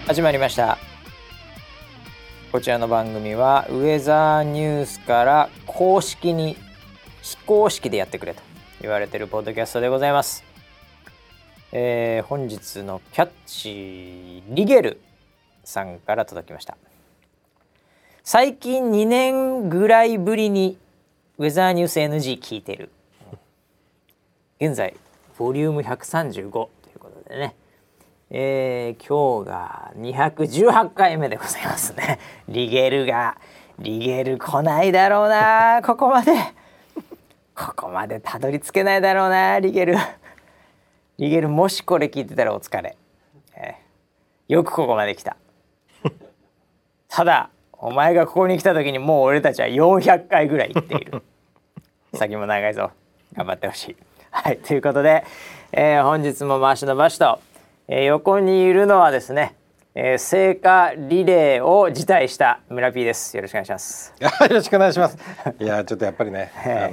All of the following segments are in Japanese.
始まりました。こちらの番組はウェザーニュースから公式に非公式でやってくれと言われているポッドキャストでございます。本日のキャッチリゲルさんから届きました。最近2年ぐらいぶりにウェザーニュース NG 聞いてる。現在ボリューム135ということでね、今日が218回目でございますね。リゲル来ないだろうな、ここまでたどり着けないだろうな。リゲルもしこれ聞いてたらお疲れ、よくここまで来た。ただお前がここに来た時にもう俺たちは400回ぐらい行っている。先も長いぞ、頑張ってほしい。はい、ということで、本日も回しのバシと、横にいるのはですね、聖火リレーを辞退した村 P です。よろしくお願いします。 よろしくお願いします。いやちょっとやっぱりね、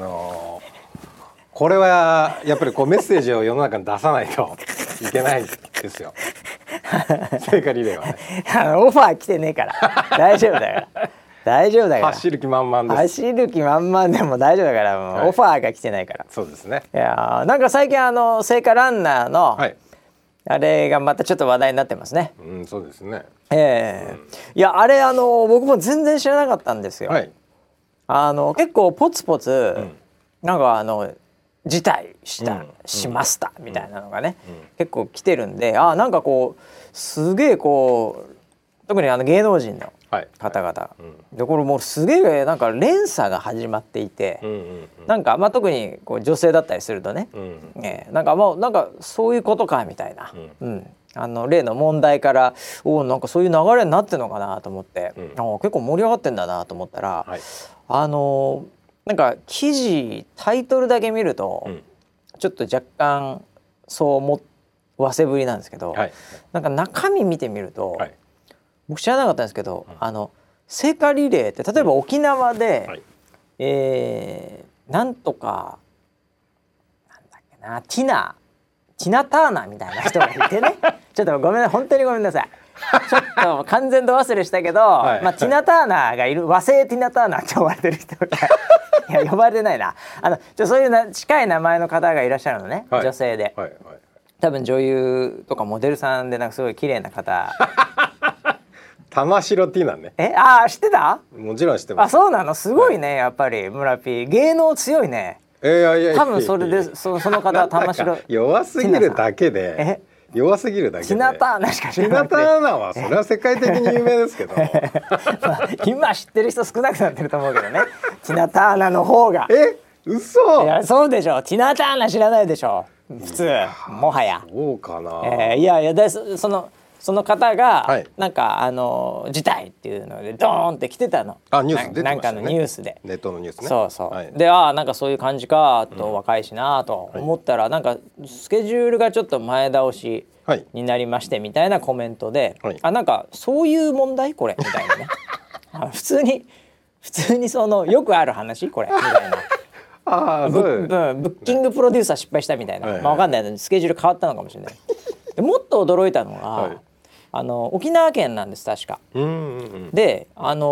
これはやっぱりこうメッセージを世の中に出さないといけないですよ。聖火リレーはねオファー来てねえから大丈夫だから走る気満々です。 走る気満々でも大丈夫だから、もうオファーが来てないから。 そうですね。 いやなんか最近聖火ランナーの、あれがまたちょっと話題になってますね。 そうですね。 いやあれ僕も全然知らなかったんですよ。結構ポツポツ、なんか辞退しましたみたいなのがね、結構来てるんで、なんかこうすげえこう特に芸能人の方々、でこれもうすげえなんか連鎖が始まっていて、なんか特にこう女性だったりするとね、なんかもうなんかそういうことかみたいな、例の問題からなんかそういう流れになってるのかなと思って、結構盛り上がってんだなと思ったら、なんか記事タイトルだけ見ると、ちょっと若干そう思わせぶりなんですけど、なんか中身見てみると、僕知らなかったんですけど、聖火リレーって例えば沖縄で、なんとかなんだっけな、ティナ・ターナーみたいな人がいてねちょっとごめんなさい、本当にごめんなさい。ちょっと完全度忘れしたけど、ティナ・ターナーがいる、和製ティナ・ターナーって呼ばれてる人がいや呼ばれてないな、そういう近い名前の方がいらっしゃるのね、女性で、多分女優とかモデルさんでなんかすごい綺麗な方玉城ティナね。 知ってた？ もちろん知ってます。 そうなの、すごいね、やっぱり村 P 芸能強いね。多分それでその方玉城弱すぎるだけでティナ・ターナーしか知らない。 ティナ・ターナーはそれは世界的に有名ですけど今知ってる人少なくなってると思うけどねティナ・ターナーの方が。 嘘。 いやそうでしょ、ティナ・ターナー知らないでしょ普通、もはや。 そうかな。 いやでその方がなんか辞退っていうのでドーンって来てたの。 ニュース出てましたね。 なんかのニュースで、 ネットのニュースね。 そうでなんかそういう感じかと、若いしなと思ったら、なんかスケジュールがちょっと前倒しになりましてみたいなコメントで、なんかそういう問題これみたいなね普通にそのよくある話これみたいなブッキングプロデューサー失敗したみたいな、分かんないのにスケジュール変わったのかもしれない。でもっと驚いたのが、沖縄県なんです、確か。でもう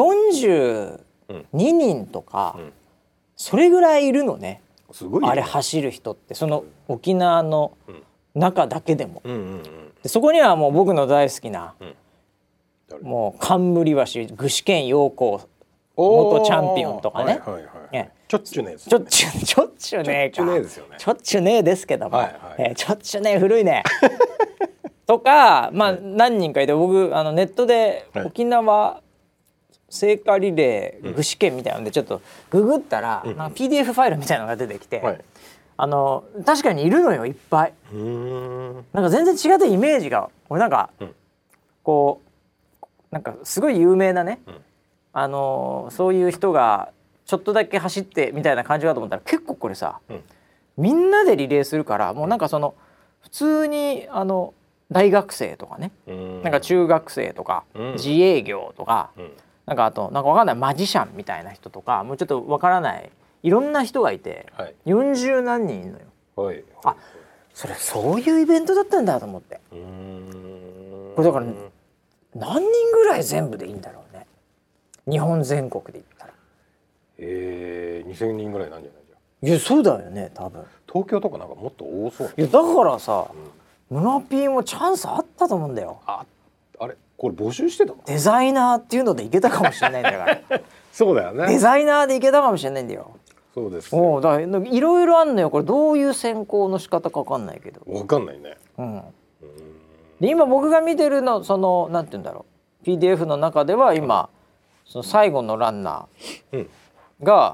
42人とか、それぐらいいるのね。 すごいね、 あれ走る人ってその沖縄の中だけでも。でそこにはもう僕の大好きな、もう冠橋具志堅用高元チャンピオンとかね。 ちょっちゅねちょっちゅねか。ちょっちゅねですけども、ちょっちゅね古いねとか、何人かいて、僕ネットで沖縄聖火リレー具志堅みたいなのでちょっとググったら、なんか PDF ファイルみたいなのが出てきて、確かにいるのよ、いっぱい。なんか全然違ったイメージが、俺なんか、こうなんかすごい有名なね、そういう人がちょっとだけ走ってみたいな感じかと思ったら、結構これさ、みんなでリレーするから、もうなんかその普通に大学生とかね、なんか中学生とか、自営業とか、なんかあとなんかわかんないマジシャンみたいな人とか、もうちょっとわからないいろんな人がいて、40何人いるのよ。そういうイベントだったんだと思って。これだから何人ぐらい全部でいいんだろうね。日本全国で言ったら。 2000人ぐらいなんじゃないじゃん。 いやそうだよね多分。 東京とかなんかもっと多そう。 いやだからさ、村ピーもチャンスあったと思うんだよ。 あれこれ募集してたの？ デザイナーっていうのでいけたかもしれないんだからそうだよね。 デザイナーでいけたかもしれないんだよ。 そうです。 おだからいろいろあんのよ。これどういう選考の仕方か分かんないけど。 分かんないね。 で今僕が見てるのそのなんて言うんだろう PDF の中では今、その最後のランナーが、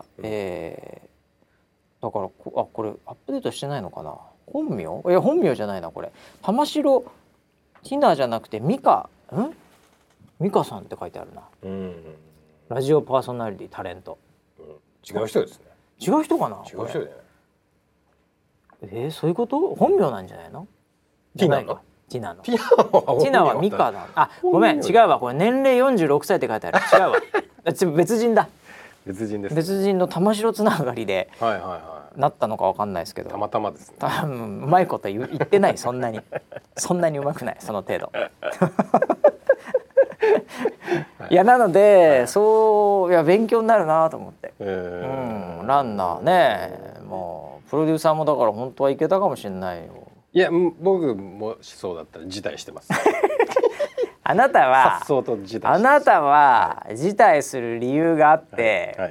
だからこれアップデートしてないのかな。本名？いや本名じゃないなこれ。玉城ティナじゃなくてミカさんって書いてあるな。ラジオパーソナリティタレント。 違う人ですね。 違う人かな。 違う人だよね。そういうこと？本名なんじゃないの？ ティナの？ ティナはミカだ。あ、ごめん違うわ。これ年齢46歳って書いてある。違うわ。別人だ。 別人です。 別人の玉城つながりでなったのかわかんないですけど。たまたまですね。 うまいこと言ってない。そんなにうまくないその程度。いやなので、そういや勉強になるなと思って。ランナーね、もうプロデューサーもだから本当はいけたかもしれないよ。 いや僕もしそうだったら辞退してます。 あなたは颯爽と辞退してます。 あなたは辞退する理由があって、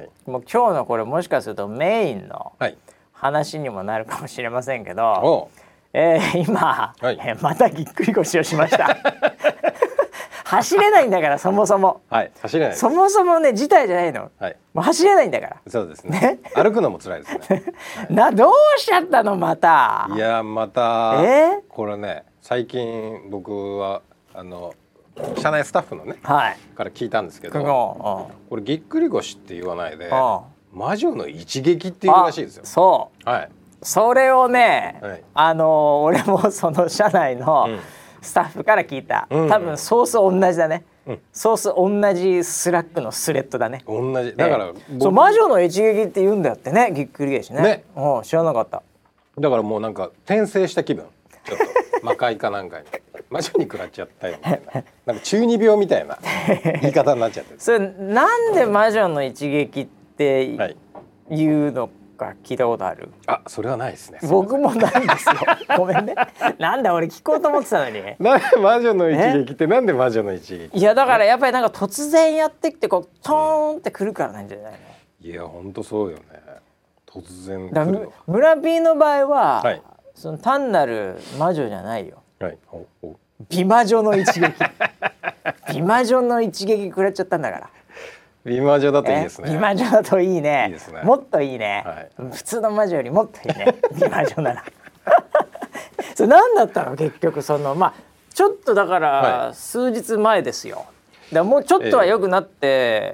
もう今日のこれもしかするとメインの話にもなるかもしれませんけど、今、またぎっくり腰をしました。走れないんだからそもそも。 走れない。 そもそもね辞退じゃないの。もう走れないんだから。 そうですね。歩くのも辛いですね。 どうしちゃったのまた。 いやまた、これね最近僕は社内スタッフのね、から聞いたんですけど、これぎっくり腰って言わないで魔女の一撃っていうらしいですよ。 そう。それをね、俺もその社内のスタッフから聞いた。多分ソース同じだね。ソース同じスラックのスレッドだね。 同じ。だからそう魔女の一撃って言うんだよってね、ぎっくり腰ね。知らなかった。 だからもうなんか転生した気分。ちょっと魔界かなんかに魔女に食らっちゃったよみたいな、なんか中二病みたいな言い方になっちゃってる。 それなんで魔女の一撃っていうのか聞いたことある？ それはないですね。 僕もないですよ。ごめんね。なんだ俺聞こうと思ってたのに。 なんで魔女の一撃ってなんで魔女の一撃？ いやだからやっぱりなんか突然やってきてこうトーンってくるからなんじゃないの？ いや本当そうよね。突然来るわ。 村 P の場合は、その単なる魔女じゃないよ。美魔女の一撃。美魔女の一撃食らっちゃったんだから。 美魔女だといいですね。 美魔女だといいね。もっといいね。普通の魔女よりもっといいね。美魔女なら。それ何だったの結局そのちょっとだから数日前ですよ。だもうちょっとは良くなって、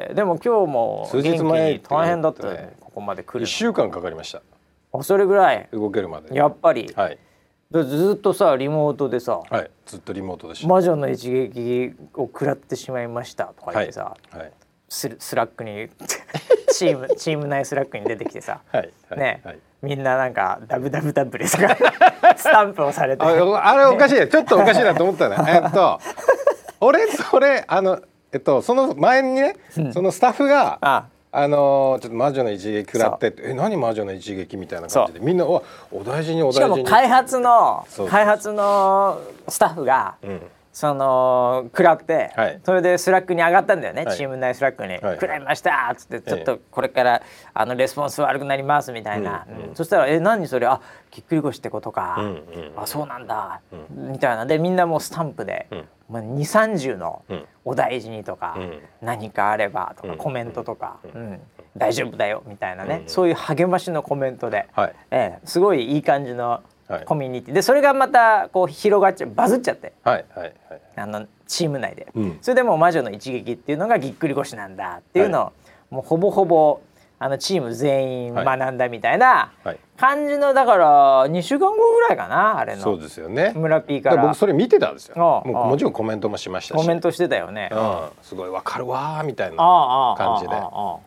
でも今日も元気に大変だったね。ここまで来る。 1週間かかりました。 それぐらい動けるまで。 やっぱり。ずっとさリモートでさ、 ずっとリモートでした。 魔女の一撃を食らってしまいましたとか言ってさ、スラックにチーム内スラックに出てきてさ、みんななんかダブダブダブでさスタンプをされて、 あれおかしい、ちょっとおかしいなと思ったね。俺それその前にね、そのスタッフがちょっと魔女の一撃食らって何魔女の一撃みたいな感じでみんなお大事にお大事に。 しかも開発のスタッフが、その食らって、それでスラックに上がったんだよね、チーム内スラックに、食らいましたっつって、ちょっとこれからレスポンス悪くなりますみたいな、そしたら何それぎっくり腰ってことか、そうなんだ、みたいなでみんなもうスタンプで、2、30のお大事にとか、何かあればとか、コメントとか、大丈夫だよみたいなね、そういう励ましのコメントで、すごいいい感じのコミュニティで、それがまたこう広がっちゃう、バズっちゃって、チーム内で、それでもう魔女の一撃っていうのがぎっくり腰なんだっていうのを、もうほぼほぼチーム全員学んだみたいな感じの、だから2週間後ぐらいかな、あれの。 そうですよね。 村 P から僕それ見てたんですよ。もちろんコメントもしましたし。 コメントしてたよね。 すごいわかるわみたいな感じで。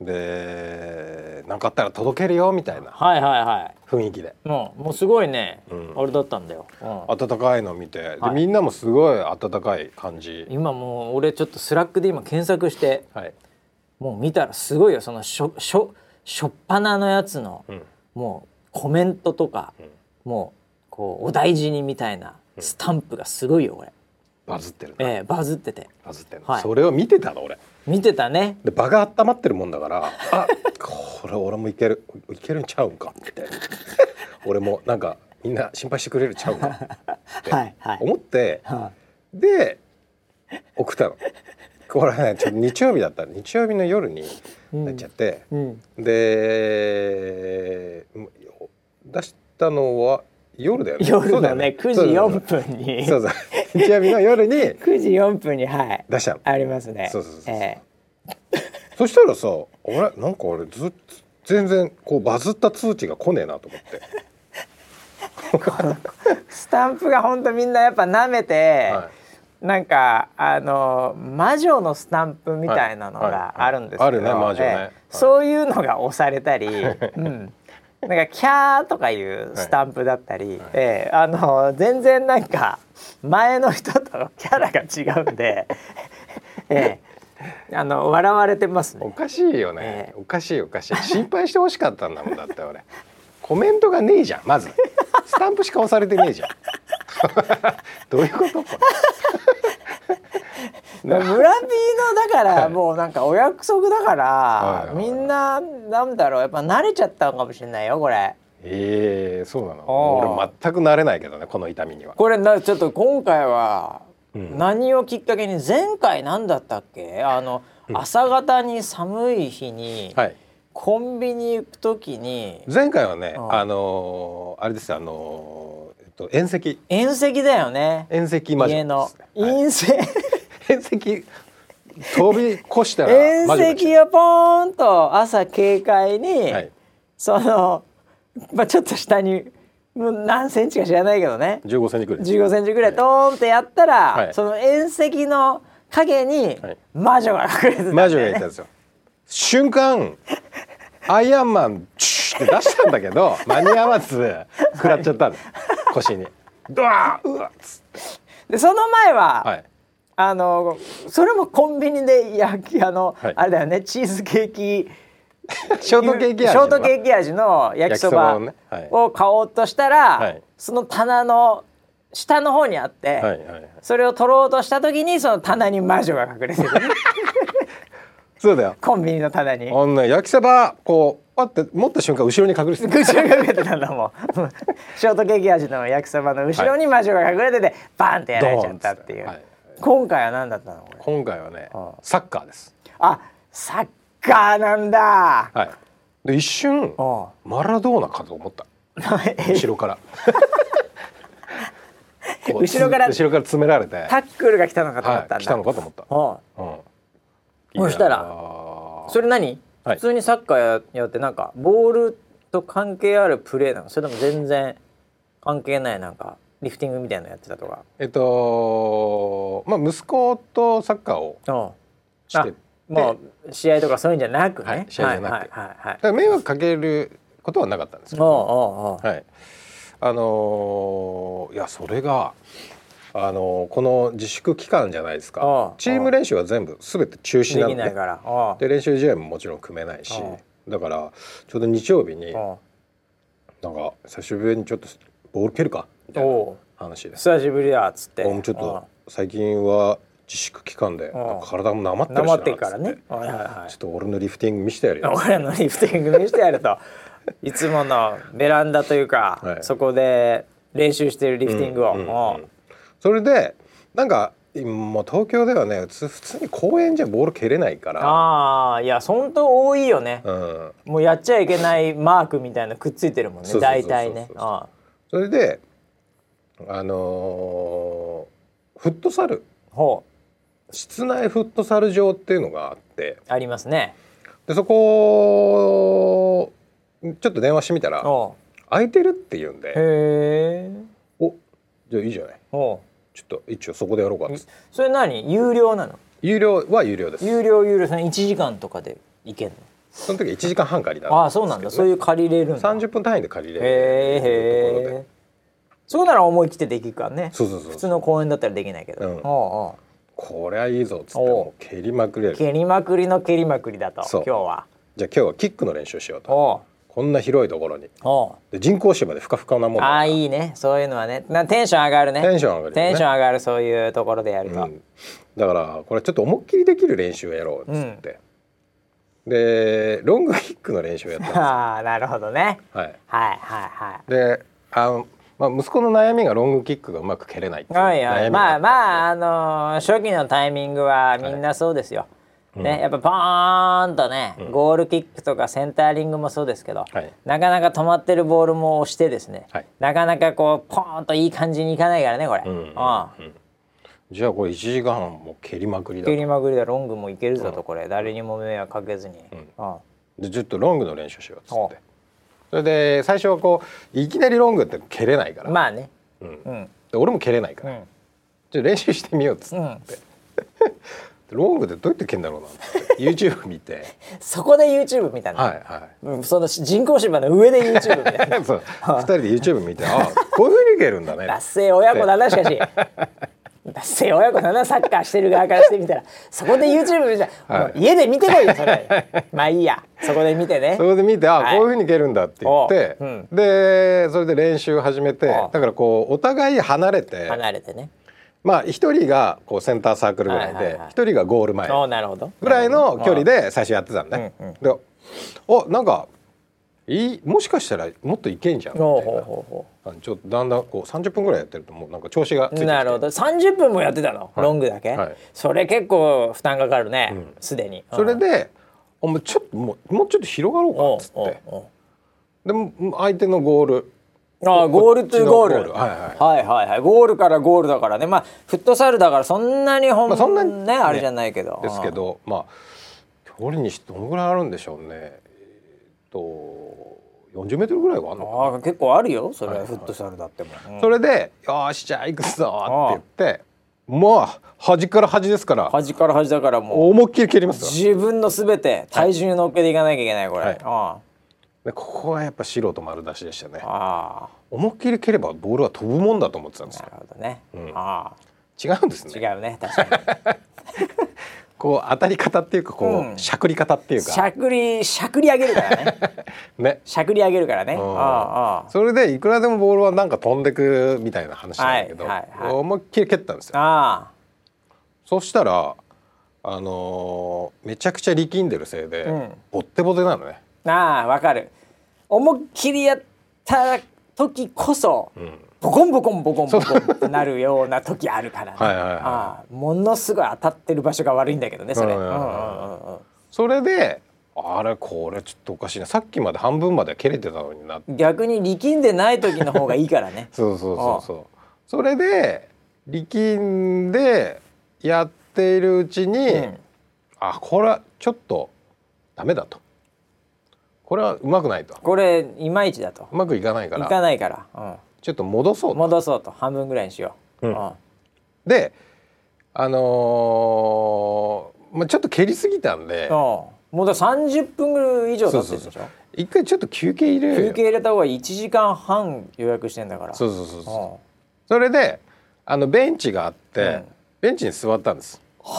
で何かあったら届けるよみたいな雰囲気で、 もうすごいね、あれだったんだよ、 温かいのを見て、でみんなもすごい温かい感じ。 今もう俺ちょっとスラックで今検索して、もう見たらすごいよ、そのしょっぱなのやつの、もうコメントとか、もうこうお大事にみたいなスタンプがすごいよこれ。 バズってるね。バズってて。 それを見てたの俺。 見てたね。 で場が温まってるもんだから、あ、これ俺もいけるんちゃうんかって俺もなんかみんな心配してくれるちゃうんかって思って、で送ったの。これねちょっと日曜日だった日曜日の夜になっちゃって、で出したのは夜だよね。 夜のね9時4分にそう日曜日の夜に 9時4分に出したのありますね。 そしたらさ、なんか俺全然こうバズった通知が来ねえなと思ってスタンプがほんとみんなやっぱ舐めて、なんか魔女のスタンプみたいなのがあるんですけど、 あるね魔女ね、 そういうのが押されたり、なんかキャーとかいうスタンプだったり、全然なんか前の人とキャラが違うんで、笑われてますね。 おかしいよね、おかしい心配してほしかったんだもんだって俺コメントがねえじゃん、まずスタンプしか押されてねえじゃんどういうことこれ村 P のだからもうなんかお約束だからみんななんだろう、やっぱ慣れちゃったのかもしれないよこれ。 そうなの。俺全く慣れないけどねこの痛みには。 これちょっと今回は何をきっかけに、前回何だったっけ、朝方に寒い日にコンビニ行くときに、 前回はねあれですよ、遠赤だよね。 遠赤魔女家の遠赤飛び越したら遠赤をポーンと朝軽快に、そのちょっと下にもう何センチか知らないけどね、 15センチぐらい 15センチぐらいトーンってやったら、その遠赤の影に魔女が隠れてたんだよね。 魔女がいたんですよ。瞬間アイアンマンチューって出したんだけど間に合わず食らっちゃったんだ腰にドワーうわっつって。 でその前は、それもコンビニであれだよね、チーズケーキショートケーキ味の焼きそばを買おうとしたら、その棚の下の方にあって、それを取ろうとした時にその棚に魔女が隠れてるそうだよ、 コンビニの棚に焼きそばこうパッて持った瞬間後ろに隠れてた後ろに隠れてたんだもんショートケーキ味の焼きそばの後ろに魔女が隠れててバンってやられちゃったっていう、今回は何だったのこれ。 今回はねサッカーです。 サッカーなんだ。 で一瞬マラドーナかと思った後ろから後ろから詰められてタックルが来たのかと思ったんだ。 来たのかと思った。 そしたらそれ何、普通にサッカーやってなんかボールと関係あるプレーなの、それとも全然関係ないなんかリフティングみたいなのやってたとか。 息子とサッカーをしてて、 試合とかそういうんじゃなくね、 試合じゃなくて、だから迷惑かけることはなかったんですけど、いやそれがこの自粛期間じゃないですか。チーム練習は全て中止なんで、 できないからで練習試合ももちろん組めないし、だからちょうど日曜日になんか久しぶりにちょっとボール蹴るかみたいな話で、 久しぶりだっつって、 ちょっと最近は自粛期間で体もなまってるしなっつって、 からね、ちょっと俺のリフティング見せてやるよ、 俺のリフティング見せてやるといつものベランダというか、そこで練習してるリフティングを、 それでなんかもう東京ではね普通に公園じゃボール蹴れないから、 いや本当多いよね、もうやっちゃいけないマークみたいなくっついてるもんね、大体ね。 それでフットサル、室内フットサル場っていうのがあって、 ありますね。 でそこちょっと電話してみたら空いてるって言うんで、じゃあいいじゃない、ちょっと一応そこでやろうかっつって。 それ何有料なの？ 有料は有料です。 有料その1時間とかで行けんの？ その時1時間半借りたんですけど、ね、 ああそうなんだ。そういう借りれるんだ。 30分単位で借りれるへところで、 そうなら思い切ってできるからね。 そう普通の公園だったらできないけど、 これはいいぞっつってもう蹴りまくれる。 蹴りまくりの蹴りまくりだと。今日はじゃあ今日はキックの練習しようと。こんな広いところにで人工芝でふかふかなもんだ。 あいいね。そういうのはねテンション上がるね。テンション上がる、ね、テンション上がる。そういうところでやると、 だからこれちょっと思いっきりできる練習をやろうっつって、でロングキックの練習をやったんですよ。 ああなるほどね。はいはいはい。 で息子の悩みがロングキックがうまく蹴れないっていう悩みがあったんで、 まあ初期のタイミングはみんなそうですよ。ね、やっぱポーンとね、ゴールキックとかセンターリングもそうですけど、なかなか止まってるボールも押してですね、なかなかこうポーンといい感じにいかないからねこれ。 じゃあこれ1時間もう蹴りまくりだと。 蹴りまくりだ。ロングもいけるぞとこれ、誰にも迷惑かけずに。 でちょっとロングの練習しようっつって、それで最初はこういきなりロングって蹴れないから、 まあね、 で俺も蹴れないから、じゃあ練習してみようっつって。ロングでどうやって蹴るんだろうなって YouTube 見てそこで YouTube 見たの。その人工芝の上で YouTube 見たそう2人で YouTube 見てこういう風に蹴るんだね。 ダッセー親子だな。しかしダッセー親子だな。サッカーしてる側からしてみたらそこで YouTube 見たら、家で見てこいよそれ。まあいいや、そこで見てね。 そこで見てこういう風に蹴るんだって言って、でそれで練習始めて、だからこうお互い離れてね、 まあ一人がこうセンターサークルぐらいで一人がゴール前ぐらいの距離で最初やってたんね。でなんかもしかしたらもっといけんじゃんみたいな。ちょっとだんだんこう30分ぐらいやってるともうなんか調子がついてきて。 なるほど。30分もやってたの、ロングだけ、それ結構負担かかるねすでに。 それでもうちょっと広がろうかっつって、でも相手のゴールゴールトゥゴール、はいゴールからゴールだからね。まあフットサルだからそんなにそんなにねあれじゃないけど、 ですけどまあ距離にしてどのぐらいあるんでしょうね。40メートルぐらいはあるのかな。 結構あるよそれはフットサルだっても。 それでよしじゃあ行くぞって言って、もう端から端ですから、 端から端だからもう思いっきり蹴りますよ。 自分のすべて体重乗っけていかなきゃいけないこれ。 でここはやっぱ素人丸出しでしたね。思いっきり蹴ればボールは飛ぶもんだと思ってたんですよ。 なるほどね。 違うんですね。 違うね確かに。 こう当たり方っていうかこうしゃくり方っていうか、 しゃくり上げるからね。ね、しゃくり上げるからね。 それでいくらでもボールはなんか飛んでくみたいな話なんだけど、思いっきり蹴ったんですよ。そしたらめちゃくちゃ力んでるせいでボッテボテなのね。 わかる。思いっきりやった時こそ、ボコンボコンボコンボコンってなるような時あるからね。ものすごい当たってる場所が悪いんだけどねそれ。 それでこれちょっとおかしいな、さっきまで半分まで蹴れてたのにな。 逆に力んでない時の方がいいからね。 そうそれで力んでやっているうちに、これはちょっとダメだと、これはうまくないと、 これいまいちだと、 うまくいかないからちょっと戻そうと半分ぐらいにしよう。 でちょっと蹴りすぎたんで、 もうだ30分以上経ってるでしょ。 一回ちょっと休憩入れた方がいい。1時間半予約してんだから。 それでベンチがあって、ベンチに座ったんです。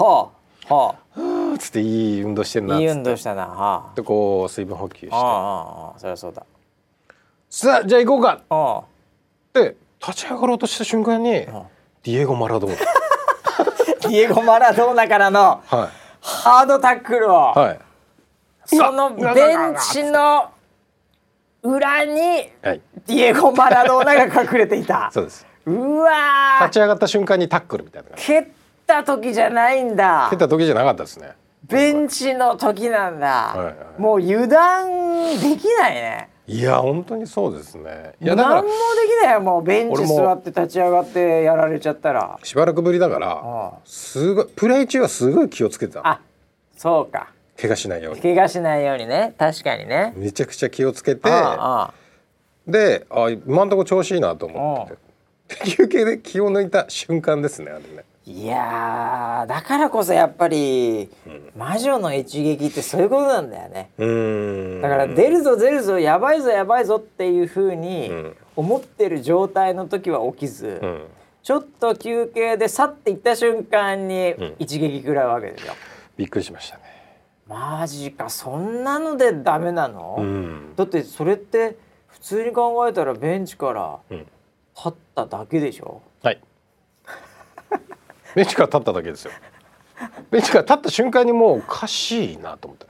つっていい運動してんなっつって。 いい運動したな。 でこう水分補給して、 そりゃそうだ。 さあじゃあ行こうかで立ち上がろうとした瞬間にディエゴ・マラドーナディエゴ・マラドーナからのハードタックルを、そのベンチの裏にディエゴ・マラドーナが隠れていた。 そうです。 うわ立ち上がった瞬間にタックルみたいな。 蹴った時じゃないんだ。 蹴った時じゃなかったですね。 ベンチの時なんだ。もう油断できないね。 いや本当にそうですね。 いやだから何もできないよ。もうベンチ座って立ち上がってやられちゃったら。 しばらくぶりだからすごいプレー中はすごい気をつけてた。 そうか。 怪我しないように。 怪我しないようにね。確かにね。 めちゃくちゃ気をつけて、で今のところ調子いいなと思ってて、 休憩で気を抜いた瞬間ですねあれね。 いやだからこそやっぱり、魔女の一撃ってそういうことなんだよね。だから出るぞ出るぞやばいぞやばいぞっていう風に思ってる状態の時は起きず、ちょっと休憩で去っていった瞬間に一撃食らうわけですよ。 びっくりしましたね。 マジか、そんなのでダメなの？だってそれって普通に考えたらベンチから立っただけでしょ。 はい。ベンチから立っただけですよ。ベンチから立った瞬間にもうおかしいなと思って、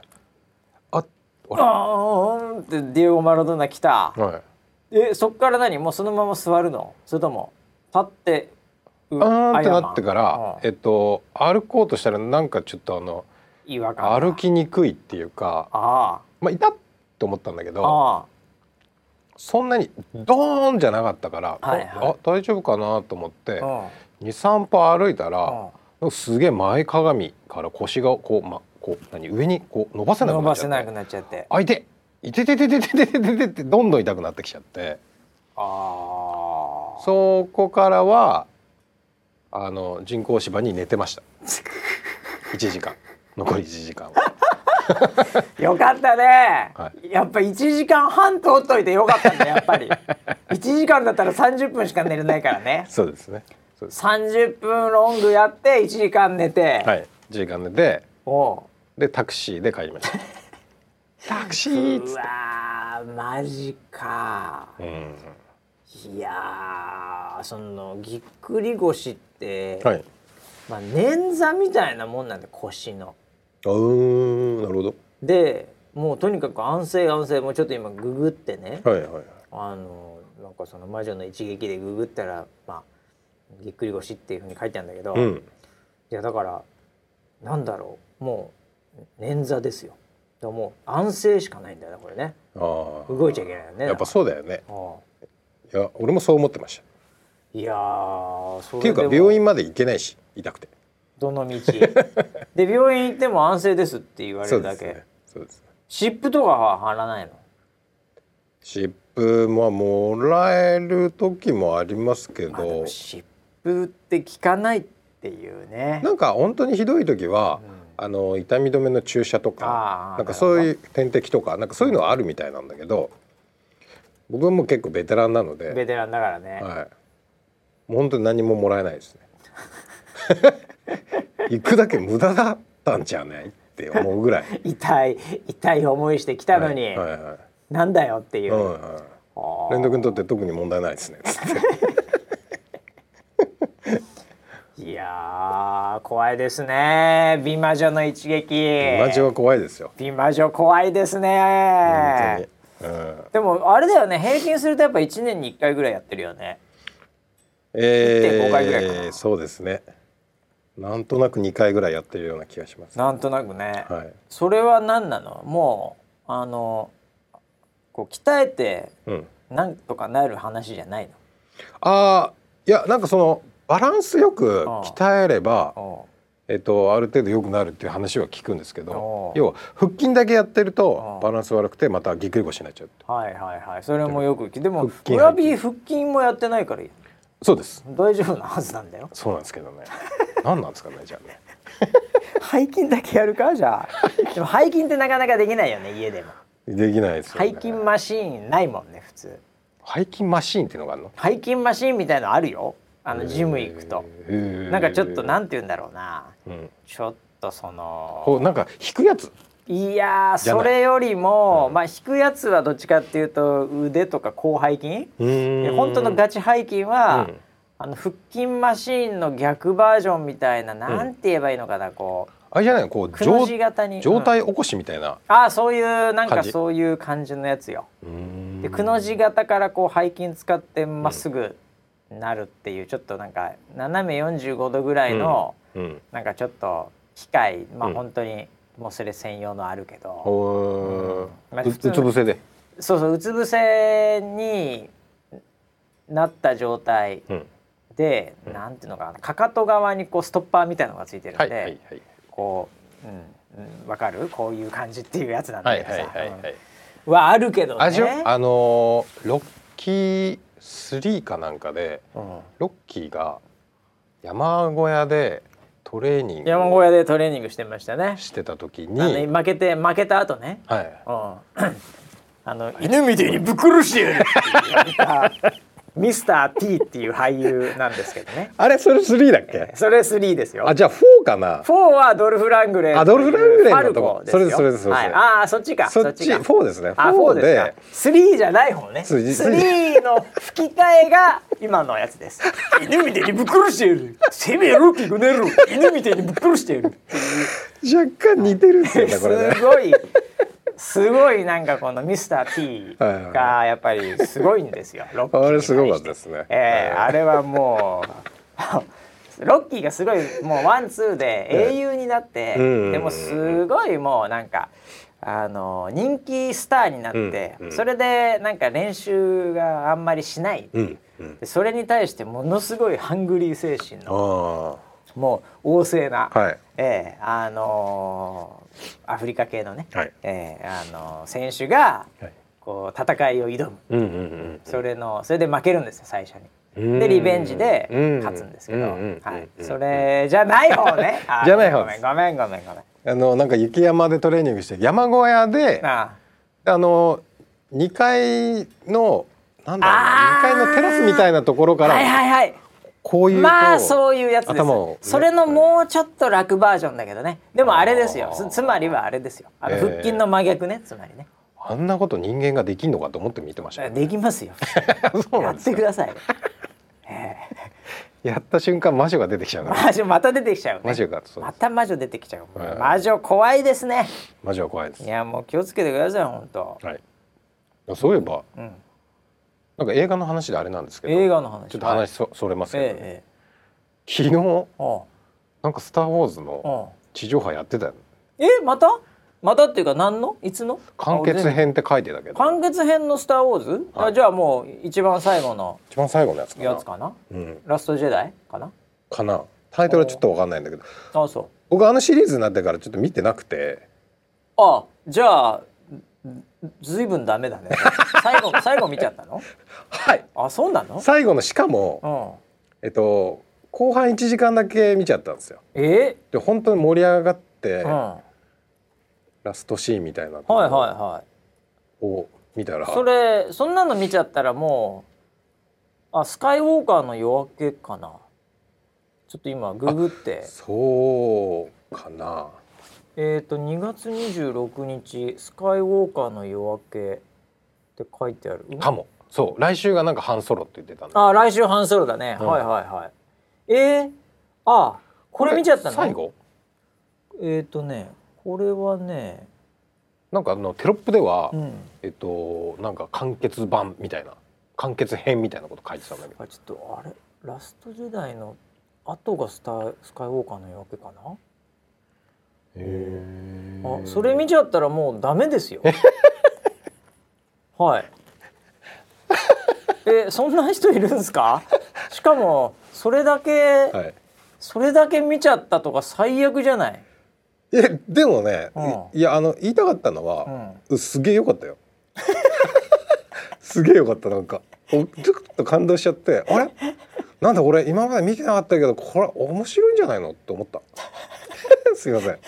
ってディエゴ・マラドーナ来た、 はい、 そっから何もうそのまま座るの？それとも立ってってなってから、歩こうとしたらなんかちょっと違和感歩きにくいっていうか、まあいたと思ったんだけど、そんなにドーンじゃなかったから、大丈夫かなと思って、2、3歩歩いたら、すげえ前かがみから腰がこう上にこう伸ばせなくなっちゃって、いてってどんどん痛くなってきちゃって、そこからは人工芝に寝てました。1時間残り1時間はよかったね、やっぱ1時間半通っといてよかったね。やっぱり1時間だったら30分しか寝れないからね。 そうですね。 30分ロングやって1時間寝て、 はい、1時間寝て、でタクシーで帰りました。タクシーっつって、うわマジか、いやそのぎっくり腰って、まあ、捻挫みたいなもんなんで、腰の。 なるほど。 でもうとにかく安静もうちょっと今ググってね、なんかその魔女の一撃でググったら、まあぎっくり腰っていう風に書いてあるんだけど、いやだからなんだろう、もう捻挫ですよ。だからもう安静しかないんだよねこれね。動いちゃいけないよね。 やっぱそうだよね。いや俺もそう思ってました。 いやそれっていうか病院まで行けないし、痛くてどの道で病院行っても安静ですって言われるだけ。 そうですね。 湿布とかは貼らないの？ 湿布ももらえる時もありますけど、 湿布って効かないっていうね。 なんか本当にひどい時は、痛み止めの注射とか、なんかそういう点滴とかなんかそういうのはあるみたいなんだけど、僕はもう結構ベテランなので。 ベテランだからね。 もう本当に何ももらえないですね。行くだけ無駄だったんじゃないって思うぐらい痛い思いしてきたのに、なんだよっていう。 連藤君にとって特に問題ないですね。 いや怖いですね。美魔女の一撃。 美魔女は怖いですよ。 美魔女怖いですね。でもあれだよね、平均するとやっぱ1年に1回ぐらいやってるよね。1.5 回ぐらいかな。 そうですね。なんとなく2回ぐらいやってるような気がします。 なんとなくね。それは何なの？もうこう鍛えてなんとかなる話じゃないの？ いやなんかそのバランスよく鍛えればある程度良くなるっていう話は聞くんですけど、要は腹筋だけやってるとバランス悪くてまたぎっくり腰になっちゃう。 それもよくでも裏腹筋もやってないからそうです。 大丈夫なはずなんだよ。 そうなんですけどね。何なんですかねじゃあね。 背筋だけやるかじゃあ。でも背筋ってなかなかできないよね家でも。 できないですよね。 背筋マシーンないもんね普通。 背筋マシーンっていうのがあるの？ 背筋マシーンみたいのあるよ。ジム行くとなんかちょっとなんて言うんだろうな、ちょっとそのなんか引くやつ。 いやそれよりも、まあ引くやつはどっちかっていうと腕とか広背筋。本当のガチ背筋は、腹筋マシーンの逆バージョンみたいな、なんて言えばいいのかな、こうあれじゃないの、こうくの字型に上体起こしみたいな、 そういうなんかそういう感じのやつよ。でくの字型からこう背筋使ってまっすぐなるっていう、ちょっとなんか斜め45度ぐらいの、なんかちょっと機械、まあ本当にもうそれ専用のあるけど、 うつ伏せで、 そううつ伏せになった状態で、なんていうのかな、かかと側にこうストッパーみたいなのがついてるんで、こうわかる、こういう感じっていうやつなんだけどさ、はあるけどね。 ロッキー 3かなんかで、ロッキーが山小屋でトレーニング山小屋でトレーニングしてましたね。 してた時に負けた後ね、 はい、 犬みたいにぶっ殺してやるって言われたミスター T っていう俳優なんですけどね。 あれそれ3だっけ？ それ3ですよ。 あ、じゃあ4かな。 4はドルフ・ラングレー。 あ、ドルフ・ラングレーのとこ。 それです。 はい、 あ、そっちか。 そっち4ですね。4で 3じゃない方ね。3の吹き替えが今のやつです。犬みたいにぶっ殺してやる。せめえロッキーこの野郎。犬みたいにぶっ殺してやる。 若干似てるんですよねこれね。 すごいなんかこのミスター T がやっぱりすごいんですよ。ロッキーあれすごかったですね。 あれはもうロッキーがすごいもうワンツーで英雄になって、でもすごいもうなんか人気スターになって、それでなんか練習があんまりしない、でそれに対してものすごいハングリー精神のもう旺盛な、アフリカ系のね、選手がこう戦いを挑む、それで負けるんですよ最初に。でリベンジで勝つんですけど、それじゃない方ね。 じゃない方。 ごめん。 なんか雪山でトレーニングして山小屋で2階のなんだろう、2階のテラスみたいなところからこういうそういうやつです。それのもうちょっと楽バージョンだけどね。でもあれですよ。つまりはあれですよ。腹筋の真逆ね。つまりね。 あんなこと人間ができんのかと思って見てました。 できますよ。やってください。 やった瞬間魔女が出てきちゃう。 魔女また出てきちゃう。 魔女がまた魔女出てきちゃう。魔女怖いですね。 魔女は怖いです。 いやもう気をつけてください本当。 はい。そういえば、なんか映画の話であれなんですけど、 映画の話ちょっと話それますけど、昨日なんかスターウォーズの地上波やってたよ。 またっていうかいつの完結編って書いてたけど、 完結編のスターウォーズ、じゃあもう一番最後のやつかな、ラストジェダイかなタイトルはちょっと分かんないんだけど、 そう僕シリーズになってからちょっと見てなくて、 じゃあずいぶんダメだね。最後見ちゃったの？ はい。 そうなの？ 最後のしかも、後半1時間だけ見ちゃったんですよ。で本当に盛り上がって、ラストシーンみたいなを見たら、 そんなの見ちゃったらもうスカイウォーカーの夜明けかな。ちょっと今ググって。 そうかな。 2月26日スカイウォーカーの夜明けって書いてあるかも。そう来週がなんかハンソロって言ってたんだ。 来週ハンソロだね。これ見ちゃったの？ 最後これはね、 なんかテロップでは、なんか完結版みたいな、完結編みたいなこと書いてたんだけど、 ちょっとあれラスト時代の後がスカイウォーカーの夜明けかな。それ見ちゃったらもうダメですよ。はい。そんな人いるんですか？しかもそれだけ見ちゃったとか最悪じゃない？ でもね、いや言いたかったのは、すげえよかったよ。すげえよかった。なんかちょっと感動しちゃって、あれなんだ俺今まで見てなかったけどこれ面白いんじゃないのって思った。すいません。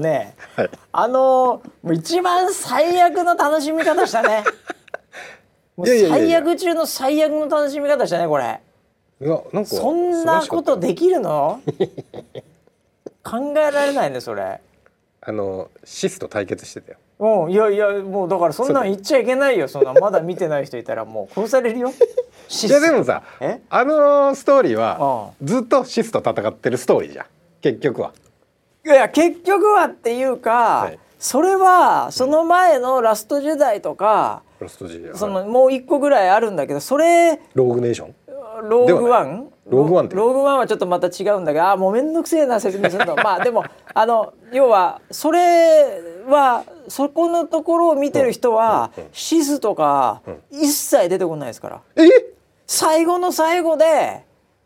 もう一番最悪の楽しみ方したね。もう最悪中の最悪の楽しみ方したねこれ。 いやなんかそんなことできるの？考えられないねそれ。 シスと対決してたよ。 いやもうだからそんなん言っちゃいけないよ。そんなまだ見てない人いたらもう殺されるよ。 いやでもさ、ストーリーはずっとシスと戦ってるストーリーじゃん結局は。 いや結局はっていうか、それはその前のラストジェダイとか、そのもう一個ぐらいあるんだけど、それローグネーション、 ローグワン、 ローグワンはちょっとまた違うんだが、もうめんどくせえな説明するの。まあでも要はそれはそこのところを見てる人はシスとか一切出てこないですから。最後の最後で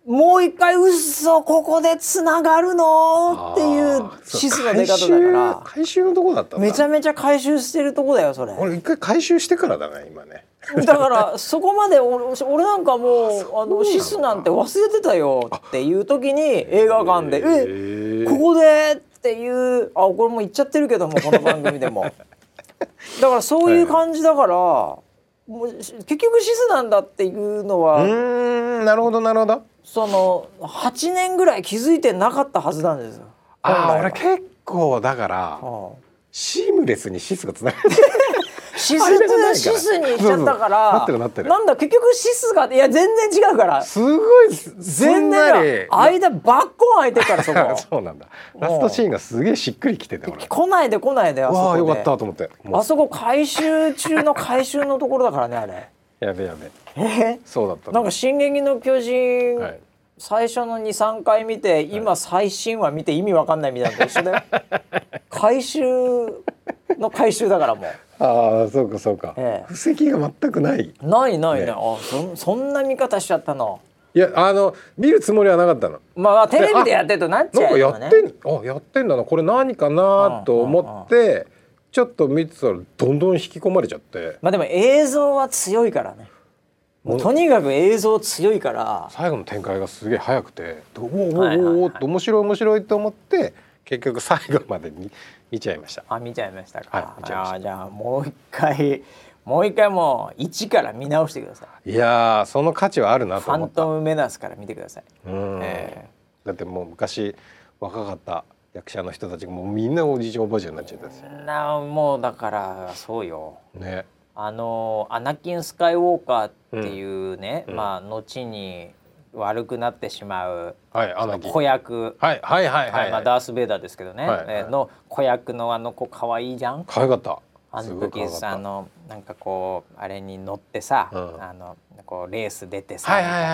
もう一回嘘ここでつながるのっていうシスの出方だから回収のとこだったんだ。 めちゃめちゃ回収してるとこだよそれ。 俺一回回収してからだね今ね。 だからそこまで俺なんかもうシスなんて忘れてたよっていう時に映画館でここでっていうこれもう言っちゃってるけどもこの番組でもだからそういう感じだから、もう結局シスなんだっていうのはなるほどなるほど。 その8年ぐらい気づいてなかったはずなんですよ。 俺結構だから、シームレスにシスがつながるシスに行っちゃったからなってるなんだ結局シスがいや全然違うからすごい全然間バッコン空いてるからそこそうなんだ。ラストシーンがすげえしっくりきてて来ないであそこでわあよかったと思って。 あそこ回収中の回収のところだからねあれやべそうだった。 なんか進撃の巨人、最初の 2,3 回見て今最新話見て意味わかんないみたいなのと一緒だよ回収の回収だからもうそうかそうか、布石が全くないね。そんな見方しちゃったの。 いや見るつもりはなかったの。 まあテレビでやってるとなっちゃうよね。 なんかやってんだなこれ何かなと思ってちょっと見てたらどんどん引き込まれちゃって。 まあでも映像は強いからね。もうとにかく映像強いから最後の展開がすげえ早くておって面白いと思って結局最後まで見ちゃいました。 見ちゃいましたか。じゃあもう一回もう一から見直してください。 いやその価値はあるなと思った。 ファントムメナスから見てください。 だってもう昔若かった役者の人たちがもうみんなおじいちゃんおばあちゃんになっちゃったんですよ。 もうだからそうよ。 ね。 アナキン・スカイウォーカーっていうね、後に悪くなってしまう子役、ダース・ベイダーですけどね、の子役の子可愛いじゃん。 可愛かった。 あの時なんかこうあれに乗ってさ、こうレース出てさ、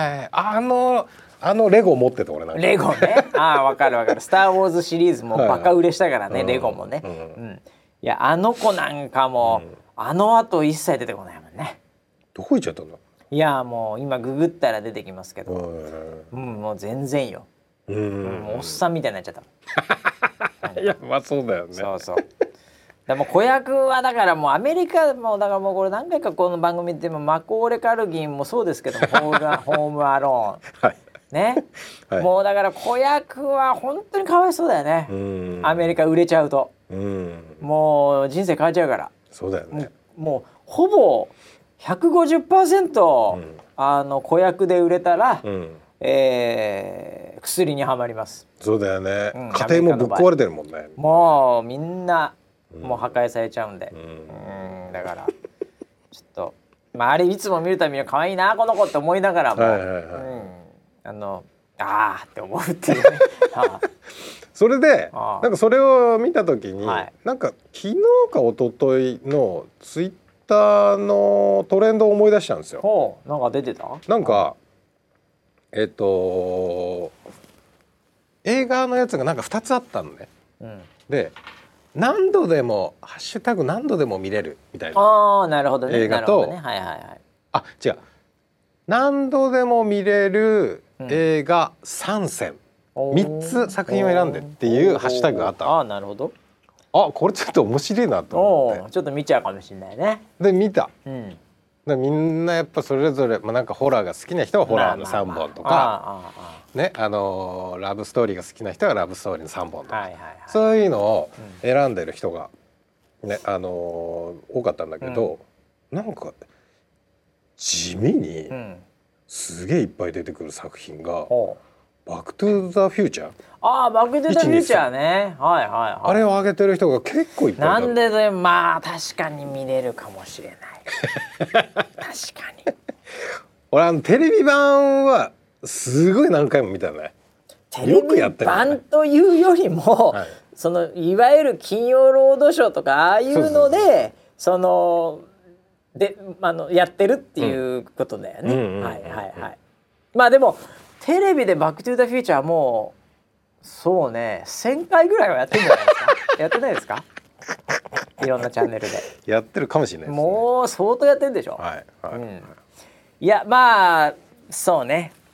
レゴ持ってた俺なんか。 レゴね。わかる。スター・ウォーズシリーズもバカ売れしたからね、レゴもね。いやあの子なんかも。あの後一切出てこないもんね。 どこ行っちゃったんだ。 いやもう今ググったら出てきますけど、もう全然よ。おっさんみたいになっちゃった。 いやそうだよね。 そうでも子役はだからもうアメリカもだからもうこれ何回かこの番組でもマコーレ・カルギンもそうですけどホームアローンね、もうだから子役は本当にかわいそうだよね。アメリカ売れちゃうともう人生変わっちゃうから。 そうだよね。 もうほぼ 150%、子役で売れたら、薬にはまります。 そうだよね、家庭もぶっ壊れてるもんね。 もうみんなもう破壊されちゃうんで、だからちょっとあれいつも見るたびに可愛いなこの子って思いながらもって思うっていうね。 それでなんかそれを見た時に、なんか昨日か一昨日のツイッターのトレンドを思い出したんですよ。 なんか出てた？ なんか映画のやつがなんか2つあったのね。で何度でもハッシュタグ何度でも見れるみたいななるほどね、 映画と違う何度でも見れる映画3選3つ作品を選んでっていうハッシュタグがあった。 なるほど。 これちょっと面白いなと思ってちょっと見ちゃうかもしれないね。 で見た。でみんなやっぱそれぞれ、なんかホラーが好きな人はホラーの3本とかね、ラブストーリーが好きな人はラブストーリーの3本とか、そういうのを選んでる人が、ね多かったんだけど、なんか地味にすげえいっぱい出てくる作品がバックトゥザフューチャー。 バックトゥザフューチャーね。あれを上げてる人が結構いっぱいいた。 なんで確かに見れるかもしれない。確かに。 俺テレビ版はすごい何回も見たね。 テレビ版というよりも、そのいわゆる金曜ロードショーとかああいうのでやってるっていうことだよね。まあでもテレビでバックトゥザフューチャーもそうね1000回ぐらいはやってるんじゃないですか。やってないですか。いろんなチャンネルでやってるかもしれないですね。 もう相当やってるでしょ。いやそうね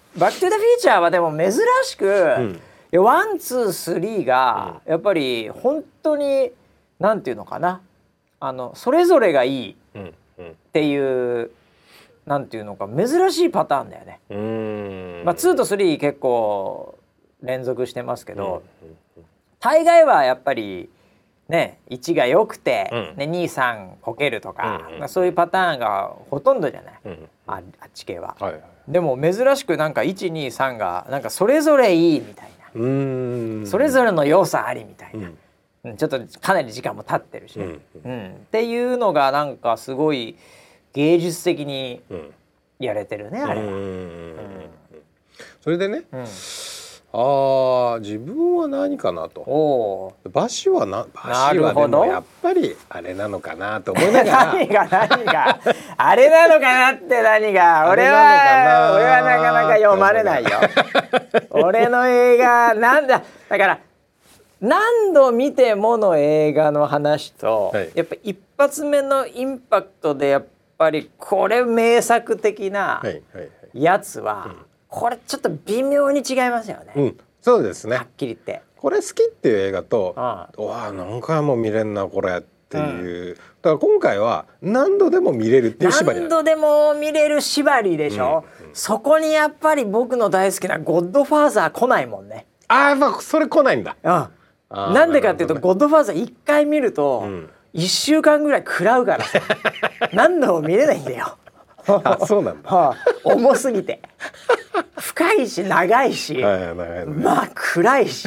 バック・トゥ・ザ・フューチャーはでも珍しく、ワンツースリーがやっぱり本当になんていうのかな、それぞれがいいっていう、なんていうのか珍しいパターンだよね。まあ、2と3結構連続してますけど、大概はやっぱりね1が良くて、ね、2、3こけるとか、そういうパターンがほとんどじゃない、あっち系は、でも珍しくなんか1、2、3がなんかそれぞれいいみたいな、それぞれの良さありみたいな、ちょっとかなり時間も経ってるし、っていうのがなんかすごい芸術的にやれてるね、あれは。 それでね、自分は何かなと。バシはでもやっぱりあれなのかなと思いながら何があれなのかなって何が俺はなかなか読まれないよ俺の映画なんだから何度見てもの映画の話と、やっぱ一発目のインパクトでやっぱりこれ名作的なやつは、これちょっと微妙に違いますよね。 そうですね。 はっきり言って。 これ好きっていう映画と、何回も見れんなこれっていう、だから今回は何度でも見れるっていう縛り。 何度でも見れる縛りでしょ。そこにやっぱり僕の大好きなゴッドファーザー来ないもんね。 やっぱそれ来ないんだ。 なんでかっていうと、ゴッドファーザー1回見ると1週間ぐらい食らうからさ何度も見れないんだよそうなんだ。 重すぎて深いし長いし、まあ暗いし、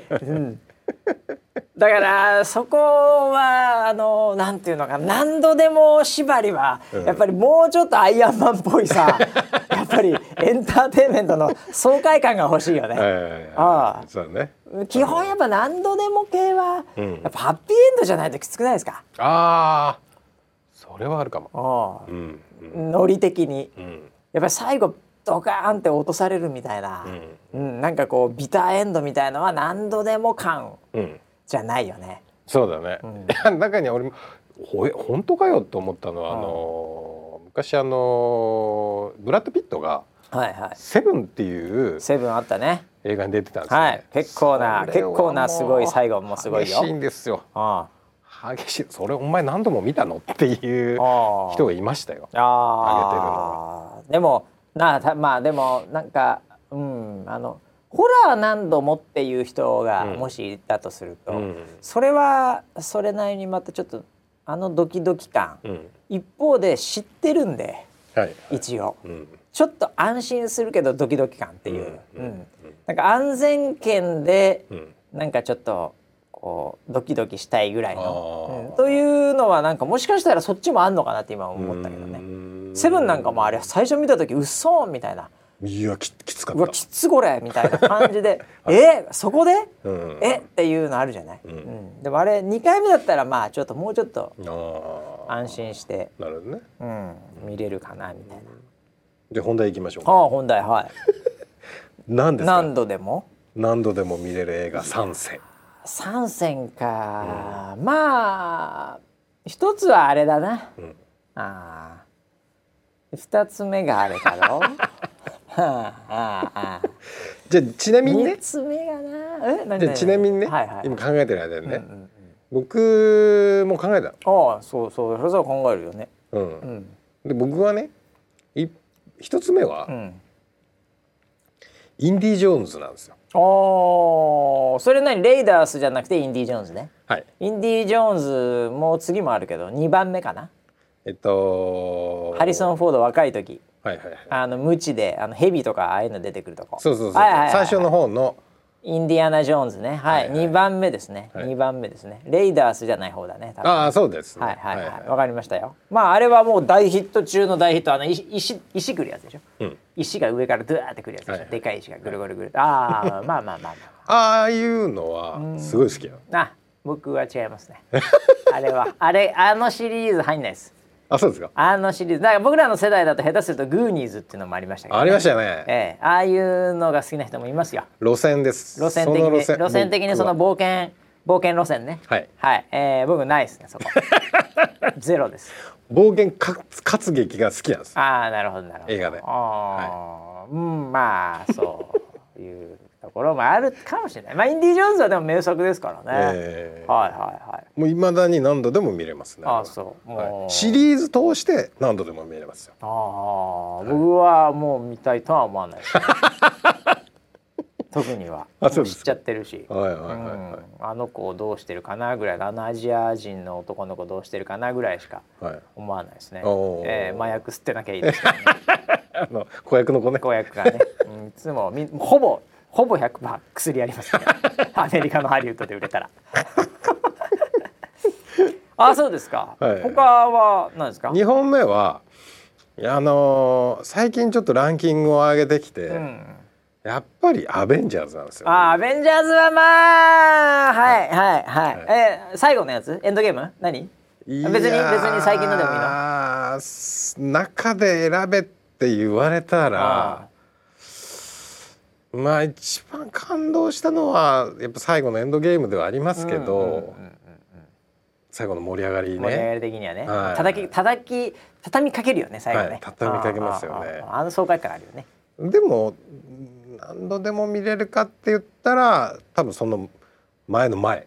だからそこはなんていうのかな、何度でも縛りはやっぱりもうちょっとアイアンマンっぽいさやっぱりエンターテインメントの爽快感が欲しいよね。 そうね。 基本やっぱ何度でも系はやっぱハッピーエンドじゃないときつくないですか。 それはあるかも。 ノリ的に、やっぱり最後ドカーンって落とされるみたいな、なんかこうビターエンドみたいのは何度でも感じゃないよね。 そうだね。中に俺も本当かよと思ったのは、昔ブラッド・ピットがセブンっていうセブンあったね映画に出てたんですね。 結構なすごい、最後もすごいよ。 激しいんですよ。激しい。それお前何度も見たのっていう人がいましたよ。上げてるのが。でもまあでもなんかホラー何度もっていう人がもしいたとすると、それはそれなりにまたちょっとドキドキ感、一方で知ってるんで、一応、ちょっと安心するけどドキドキ感っていう、なんか安全圏でなんかちょっとこうドキドキしたいぐらいの、というのはなんかもしかしたらそっちもあんのかなって今思ったけどね。セブンなんかもあれ最初見た時うっそーみたいな、 いやきつかった、 きつこれみたいな感じでそこで、っていうのあるじゃない、でもあれ2回目だったらまあちょっともうちょっと安心してなるほどね、 見れるかなみたいな。 じゃあ本題いきましょうか。 本題何ですか。 何度でも見れる映画3選。 3選か、まあ一つはあれだな、2つ目があれだろじゃあちなみにね、 3つ目がなじゃあちなみにね、今考えてる間にね、僕も考えた。 そうそれは考えるよね。 で僕はね一つ目は、インディ・ジョーンズなんですよ。 それレイダースじゃなくてインディ・ジョーンズね。インディ・ジョーンズもう次もあるけど2番目かな。ハリソン・フォード若い時、無知でヘビとかああいうの出てくるとこ。 そう最初の方のインディアナ・ジョーンズね。2番目ですね。2番目ですね。レイダースじゃない方だね。 そうですね。 わかりましたよ。まああれはもう大ヒット中の大ヒット、石くるやつでしょ。石が上からドゥーってくるやつでしょ。でかい石がぐるぐるぐる。まあああいうのはすごい好きや。 僕は違いますね。あのシリーズ入んないです。 そうですか。 あのシリーズだから僕らの世代だと下手するとグーニーズっていうのもありましたけど、 ありましたね。 ああいうのが好きな人もいますよ。 路線です。 路線的にその冒険路線ね。僕ないですね、そこゼロです。 冒険活劇が好きなんです。 なるほど映画で。 ままあそういうところもあるかもしれない。まあインディ・ジョーンズはでも名作ですからね、はいはいはい。 もう未だに何度でも見れますね。 そうもう、シリーズ通して何度でも見れますよ。 僕はもう見たいとは思わないです、ね、特には知っちゃってるし、あの子をどうしてるかなぐらい、あのアジア人の男の子どうしてるかなぐらいしか思わないですね、麻薬吸ってなきゃいいですけどね子役の子ね、 子役がね、いつもほぼ 100% 薬ありますねアメリカのハリウッドで売れたらそうですか、他は何ですか。 2本目は最近ちょっとランキングを上げてきて、やっぱりアベンジャーズなんですよ、 アベンジャーズはまあ最後のやつエンドゲーム別に最近のでもいいの。 中で選べって言われたらまあ一番感動したのはやっぱ最後のエンドゲームではありますけど、最後の盛り上がりね、 盛り上がり的にはね、畳みかけるよね最後ね、 畳みかけますよね。 爽快感あるよね。 でも何度でも見れるかって言ったら多分その前の前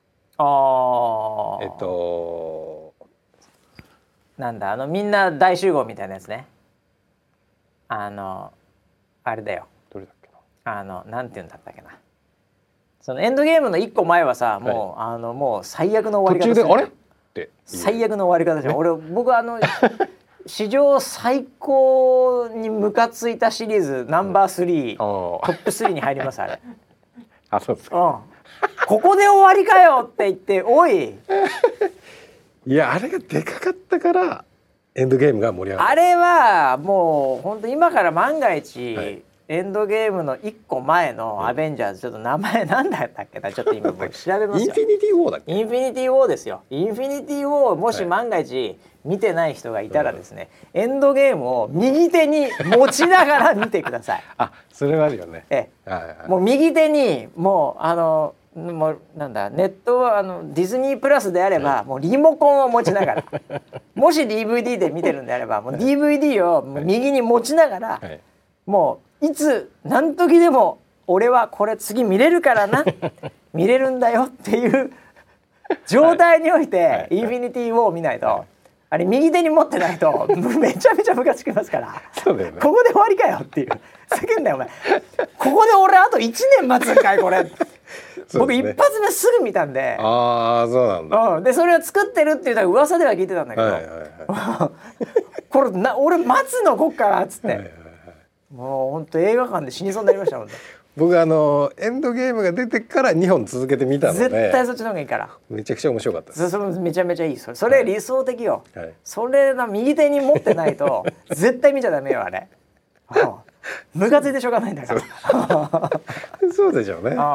なんだみんな大集合みたいなやつね。あれだよ、 どれだっけな、 なんていうんだったっけな、そのエンドゲームの1個前はさ、もうもう最悪の終わり方途中であれって最悪の終わり方じゃん。僕史上最高にムカついたシリーズナンバー3、トップ3に入りますあれそうですか、 ここで終わりかよって言っておいいやあれがでかかったからエンドゲームが盛り上がる。あれはもう本当今から万が一、エンドゲームの1個前のアベンジャーズ、ちょっと名前なんだったっけな、ちょっと今もう調べますよ。 インフィニティ・ウォーだっけ。 インフィニティ・ウォーですよ。インフィニティ・ウォー、もし万が一見てない人がいたらですね、エンドゲームを右手に持ちながら見てくださいそれはあるよね。 もう右手にもうもうなんだネットはディズニープラスであれば、もうリモコンを持ちながらもし DVD で見てるんであればもう DVD を右に持ちながら、もういつ何時でも俺はこれ次見れるからな見れるんだよっていう状態において、インフィニティ・ウォーを見ないと、あれ右手に持ってないとめちゃめちゃムカつきますから、 そうだよね、 ここで終わりかよっていう叫んだよお前ここで俺あと1年待つんかいこれ僕一発目すぐ見たんで、 そうなんだ、 でそれを作ってるっていうのは噂では聞いてたんだけど、これ俺待つのこっからっつって、もう本当映画館で死にそうになりましたもんね。 僕エンドゲームが出てから2本続けてみたので、 絶対そっちの方がいいから、 めちゃくちゃ面白かったです。 それめちゃめちゃいい、それ理想的よ、それの右手に持ってないと絶対見ちゃダメよあれムカついてしょうがないんだからそうでしょうね。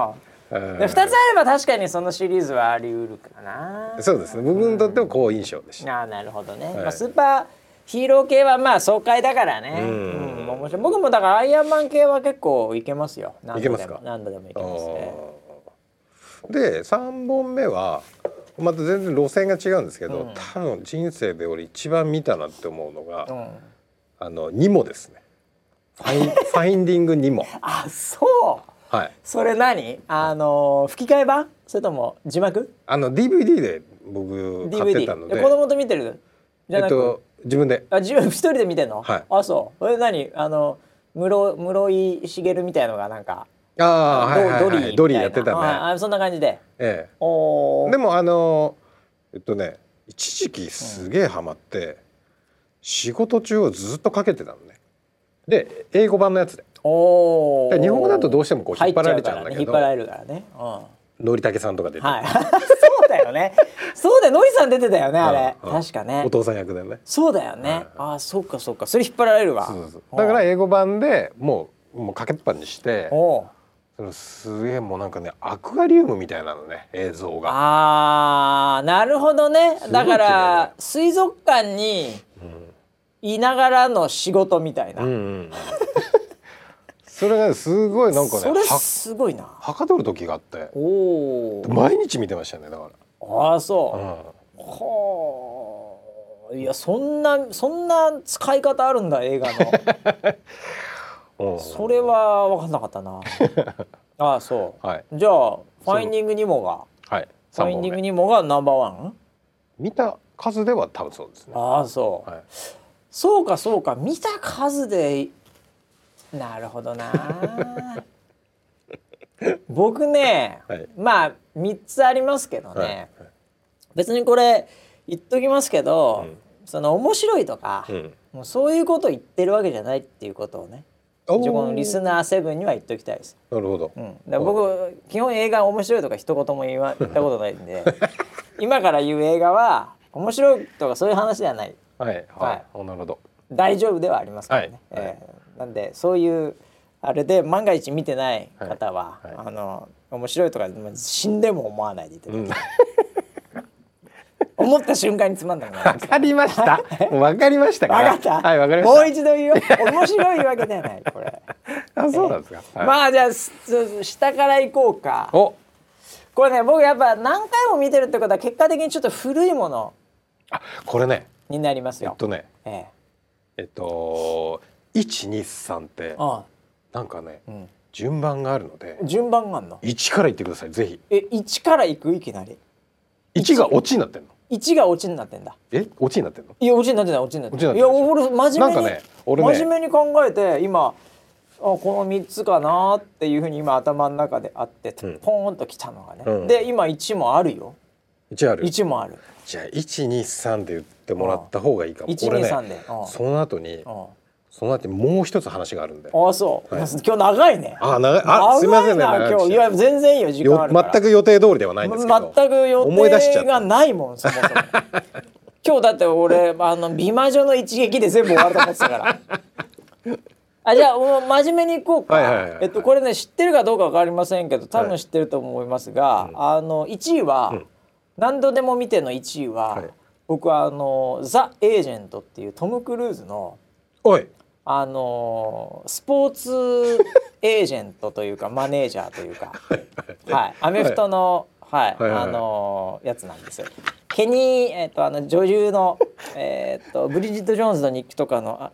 2つあれば確かにそのシリーズはあり得るかな。 そうですね、僕にとっては好印象でした。 なるほどね、スーパーヒーロー系はまあ爽快だからね、面白い。僕もだからアイアンマン系は結構いけますよ。 いけますか。 何度でもいけますね。 で3本目はまた全然路線が違うんですけど、多分人生で俺一番見たなって思うのが、ニモですね。ファインディングニモ。 そう。それ何？吹き替え版？それとも字幕 ？DVD で僕買ってたので。 子供と見てる？じゃなく自分で。 自分一人で見てんの？そう。何？室井茂みたいのがなんか。ドリーやってたね。 そんな感じで。 でも一時期すげえハマって、仕事中をずっとかけてたのね。で英語版のやつで。日本語だとどうしてもこう引っ張られちゃうんだけど。 引っ張られるからね。 のりたけさんとか出て。 そうだよね。そうだよ、のりさん出てたよねあれ。確かね。 お父さん役だよね。 そうだよね。そうか。それ引っ張られるわ。 だから英語版でもうかけっぱにして。すげえもうなんかねアクアリウムみたいなのね映像が。 なるほどね。だから水族館にいながらの仕事みたいな。 それがすごいなんかね。 それすごいな。 はかどる時があって。毎日見てましたねだから。 そう。いやそんな使い方あるんだ映画の。 それは分かんなかったなああそう、はい、じゃあファインディングニモが、はい、ファインディングニモがナンバーワン見た数では多分そうですね。 ああそう、はい、そうかそうか見た数でなるほどな僕ね、はい、まあ3つありますけどね、はいはい、別にこれ言っときますけど、その面白いとか、もうそういうことを言ってるわけじゃないっていうことをねこのリスナー7には言っときたいです。 なるほど、 だ僕基本映画面白いとか一言も言ったことないんで今から言う映画は面白いとかそういう話ではない、 はいはい、なるほど、 大丈夫ではありますからね、なんでそういうあれで万が一見てない方は、面白いとか死んでも思わないでいただきたい、思った瞬間につまんなくなります。 わかりました。もうわかりましたか。 わかった。 はい、わかりました。 もう一度言うよ。面白いわけではないこれ。 あ、そうなんですか。 まあじゃあ下から行こうか。これね僕やっぱ何回も見てるってことは結果的にちょっと古いもの。 あ、これね。 になりますよ。 1、2、3ってなんかね、順番があるので。 順番があるの。 1から言ってくださいぜひ。 1から行くいきなり。 1がオチになってんの ？1がオチになってんだ。 オチになってんの？ いやオチになってない、オチになってない。いや俺真面目に、ね、真面目に考えて今この3つかなっていうふうに今頭の中であって、ポーンときたのがね、で今1もあるよ。 1ある。 1もある。 じゃあ1、2、3で言ってもらった方がいいかも。 1、2、3で。 その後にもう一つ話があるんで。 あ、そう。今日長いね。 長い。すみませんね。 今日いや全然いいよ時間あるから。 全く予定通りではないんですけど。 全く予定がないもんそもそも。今日だって俺美魔女の一撃で全部終わると思ってたから。じゃあ真面目にいこうか。これね知ってるかどうかわかりませんけど多分知ってると思いますが、1位は何度でも見ての1位は僕はザ・エージェントっていうトム・クルーズのスポーツエージェントというかマネージャーというかはいアメフトのやつなんですよ。ケニー女優のブリジット・ジョーンズの日記とかの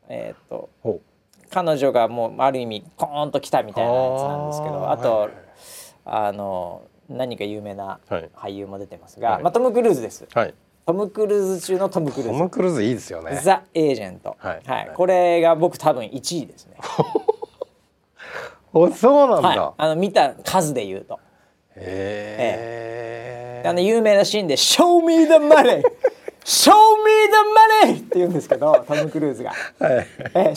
彼女がもうある意味コーンと来たみたいなやつなんですけど、あと何か有名な俳優も出てますが、トム・クルーズです。トム・クルーズ中のトム・クルーズ。 トム・クルーズいいですよね。 ザ・エージェント。これが僕多分1位ですね。 そうなんだ。 見た数で言うと。有名なシーンで「Show me the money! Show me the money!」って言うんですけどトム・クルーズが「Show me the money!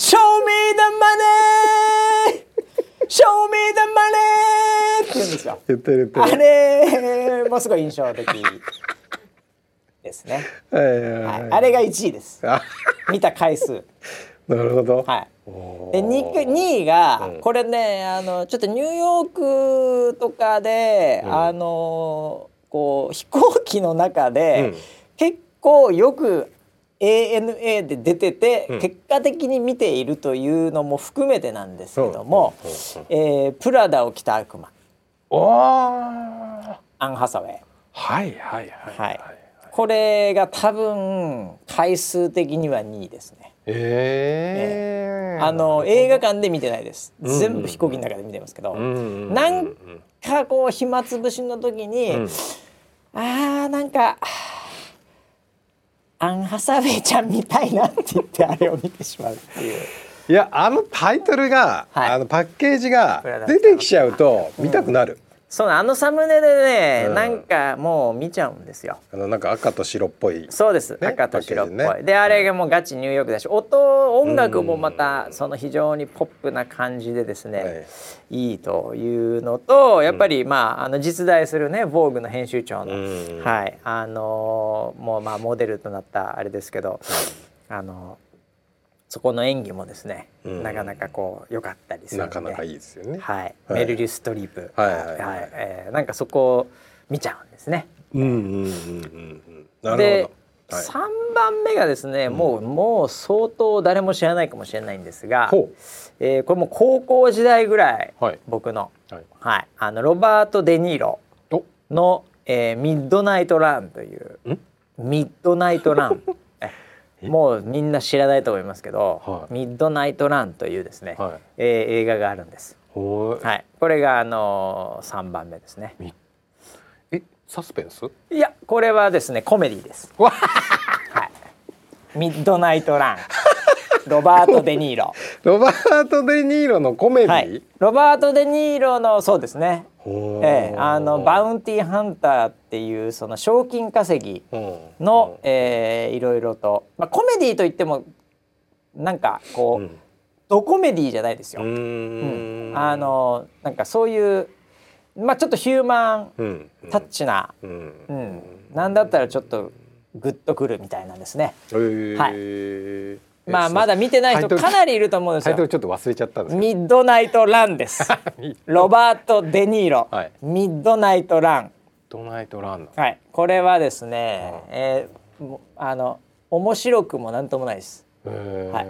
Show me the money!」って言うんですよ。 言ってる。 あれもすごい印象的ですね。あれが1位です。見た回数。 なるほど。 で 2位が、これねちょっとニューヨークとかで、こう飛行機の中で、結構よく ANA で出てて、結果的に見ているというのも含めてなんですけども、プラダを着た悪魔、アン・ハサウェイ。これが多分回数的には2位ですね。映画館で見てないです。全部飛行機の中で見てますけど、なんかこう暇つぶしの時に、なんかアン・ハサウェイちゃん見たいなって言ってあれを見てしまうっていう。 いやタイトルが、パッケージが出てきちゃうと見たくなる。 そうサムネでね、なんかもう見ちゃうんですよ。 なんか赤と白っぽい。 そうです、赤と白っぽい。であれがもうガチニューヨークだし、音楽もまたその非常にポップな感じでですね、いいというのと、やっぱり実在するねヴォーグの編集長のもうモデルとなったあれですけど、そこの演技もですね、なかなかこう良かったりするんで、 なかなかいいですよね。 メルリル・ストリープ、なんかそこを見ちゃうんですね。で、3番目がですね、もう相当誰も知らないかもしれないんですが、これも高校時代ぐらい、僕の、ロバート・デ・ニーロの、ミッドナイト・ランというミッドナイト・ランもうみんな知らないと思いますけど、 はい、 ミッドナイトランというですね、 はい、 映画があるんです。はい、これが3番目ですね。 サスペンス？ いや、これはですねコメディです。はい、ミッドナイトランロバート・デ・ニーロロバート・デ・ニーロのコメディ、はい、 ロバート・デ・ニーロのそうですね、バウンティーハンターっていうその賞金稼ぎの、いろいろと、コメディといってもなんかこう、ドコメディじゃないですよ。なんかそういうちょっとヒューマンタッチな、なんだったらちょっとグッとくるみたいなんですね。はい。まだ見てない人かなりいると思うんですよ。 タイトルちょっと忘れちゃったんですけど。 ミッドナイトランです。ロバート・デ・ニーロ、はい、ミッドナイトラン。はい。これはですね、面白くもなんともないです。はい。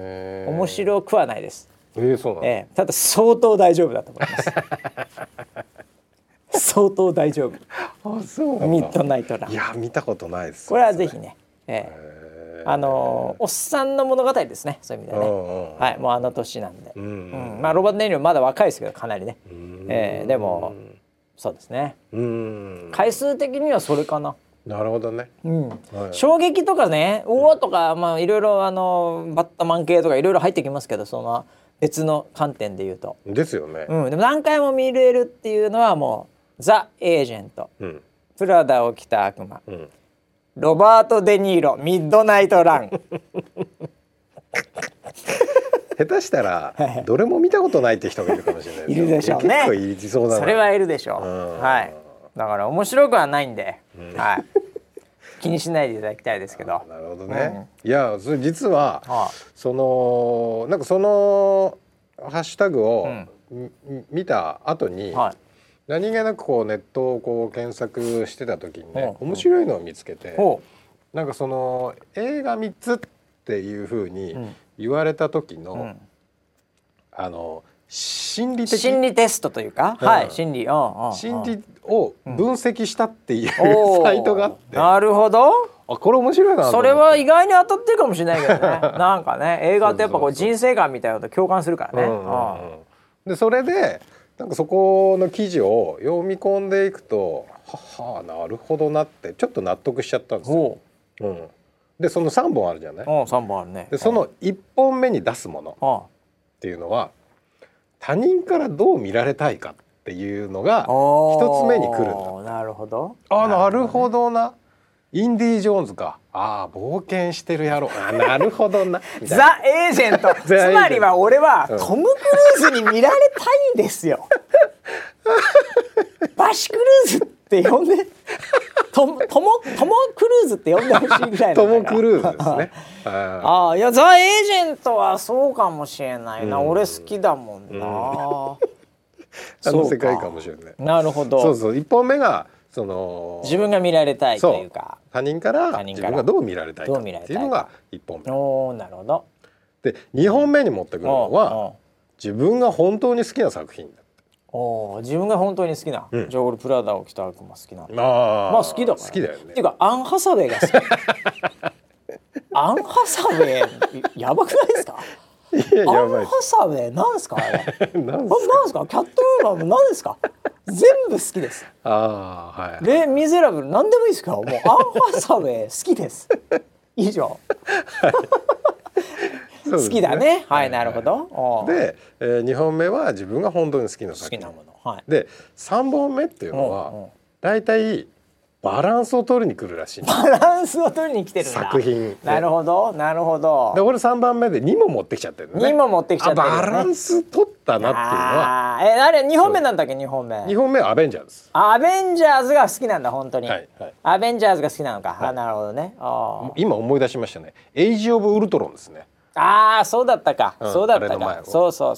面白くはないです。 そうなんです。 ただ相当大丈夫だと思います。相当大丈夫。 あ、そうなんだ。 ミッドナイトラン。 いや、見たことないです。 これはぜひね。おっさんの物語ですね、そういう意味でね。はい、もうあの年なんで、ロバート・デ・ニーロまだ若いですけどかなりね。でもそうですね。回数的にはそれかな。 なるほどね。 衝撃とかね、うおとかいろいろバットマン系とかいろいろ入ってきますけど、その別の観点で言うと。 ですよね。 でも何回も見れるっていうのはもうザ・エージェント、プラダを着た悪魔。ロバート・デ・ニーロミッドナイトラン。 下手したらどれも見たことないって人がいるかもしれないですよ。 いるでしょうね。 結構いそうだな。 それはいるでしょう。はい。だから面白くはないんで、はい。気にしないでいただきたいですけど。 なるほどね。いや、それ実はそのなんかそのハッシュタグを見た後に。何気なくこうネットをこう検索してた時にね、面白いのを見つけて、なんかその映画3つっていう風に言われた時の、心理テストというか、はい、心理を分析したっていうサイトがあって、 なるほど。 これ面白いな。 それは意外に当たってるかもしれないけどね。なんかね、映画ってやっぱこう人生観みたいなのと共感するからね。 でそれでなんかそこの記事を読み込んでいくと、はなるほどなってちょっと納得しちゃったんですよ。でその3本あるじゃない。 3本あるね。 でその1本目に出すものっていうのは他人からどう見られたいかっていうのが1つ目に来るんだ。 なるほど。 なるほどな。インディ・ジョーンズか。冒険してる野郎。なるほどな。 ザ・エージェント。つまりは俺はトム・クルーズに見られたいんですよ。バシクルーズって呼んで、トモクルーズって呼んでほしいぐらいの。 トモクルーズですね。 いやザ・エージェントはそうかもしれないな。俺好きだもんな。 世界かもしれない。 なるほど。 そうそう。1本目がその自分が見られたいというか、 他人から自分がどう見られたいかっていうのが1本目。 なるほど。 で2本目に持ってくるのは自分が本当に好きな作品だ。 自分が本当に好きな。じゃあ俺プラダを着た悪魔好きなの。好きだから。 好きだよね。 っていうかアン・ハサウェイが好き。アン・ハサウェイやばくないですか。アン・ハサウェイなんですかあれ。なんですか。キャットウーマンもなんですか。全部好きです。レ・ミゼラブル何でもいいですか。もうアン・ハサウェイ好きです。以上。好きだね。はい、なるほど。 で、2本目は自分が本当に好きな作品。で3本目っていうのはだいたいバランスを取りに来るらしい。 バランスを取りに来てるんだ。 作品。 なるほど、なるほど。 で俺3番目で2も持ってきちゃってるね。 2も持ってきちゃってるね。 バランス取ったなっていうのは。 あれ2本目なんだっけ。2本目はアベンジャーズ。 アベンジャーズが好きなんだ本当に。アベンジャーズが好きなのか。なるほどね。 今思い出しましたね。エイジ・オブ・ウルトロンですね。 そうだったか。そうだったか。そうそう。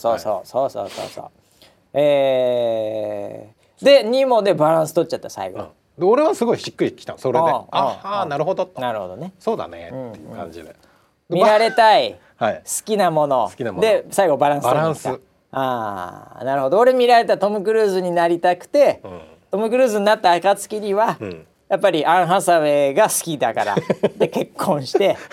で2もでバランス取っちゃった最後。 で俺はすごいしっくりきた。それでなるほどと。 なるほどね。 そうだねっていう感じで見られたい好きなもので最後バランス取りに来た。なるほど。俺見られたトム・クルーズになりたくて、トム・クルーズになった暁にはやっぱりアン・ハサウェイが好きだからで結婚して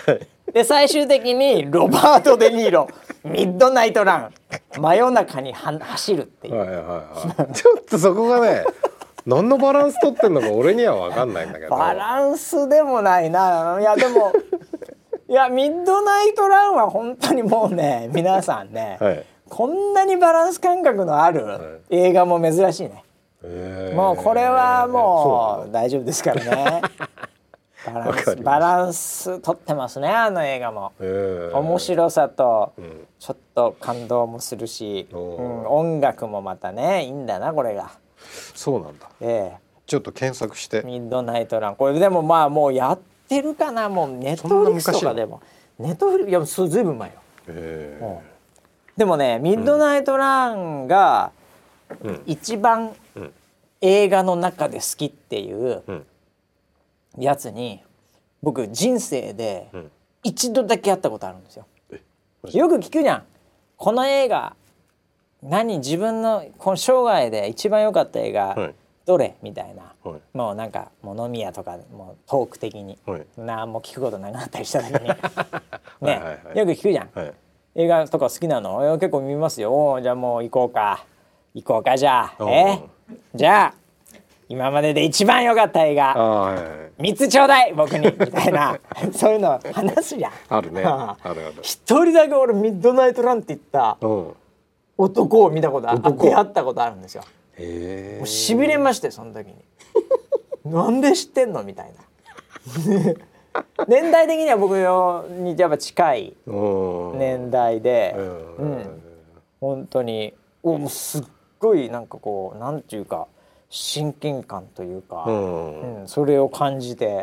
で最終的にロバート・デ・ニーロミッドナイトラン真夜中に走るっていう、 はいはいはい、ちょっとそこがね何のバランス取ってんのか俺には分かんないんだけど。 バランスでもないな。いやでもいやミッドナイトランは本当にもうね皆さんね、はい、こんなにバランス感覚のある映画も珍しいね、もうこれはもう大丈夫ですからねバランス取ってますねあの映画も、面白さとちょっと感動もするし、音楽もまたねいいんだなこれが。 そうなんだ、ちょっと検索してミッドナイトランこれでもまあもうやってるかな、もうネットフリックスとかでもネットフリックスいやずいぶん前よ、でもねミッドナイトランが一番映画の中で好きっていうやつに僕人生で一度だけ会ったことあるんですよ。よく聞くじゃんこの映画自分のこの生涯で一番良かった映画どれみたいな、もうなんかもう飲み屋とかもうトーク的に、何も聞くことなくなったりした時にねよく聞くじゃん、映画とか好きなの結構見ますよ。じゃあもう行こうかじゃあじゃあ今までで一番良かった映画3つちょうだい僕にみたいなそういうの話すじゃん。あるねある。一人だけ俺ミッドナイトランって言った男を見たこと出会ったことあるんですよ。もうしびれましてその時になんで知ってんのみたいな年代的には僕にやっぱ近い年代で、本当にもうすっごいなんかこうなんていうか親近感というか、それを感じて、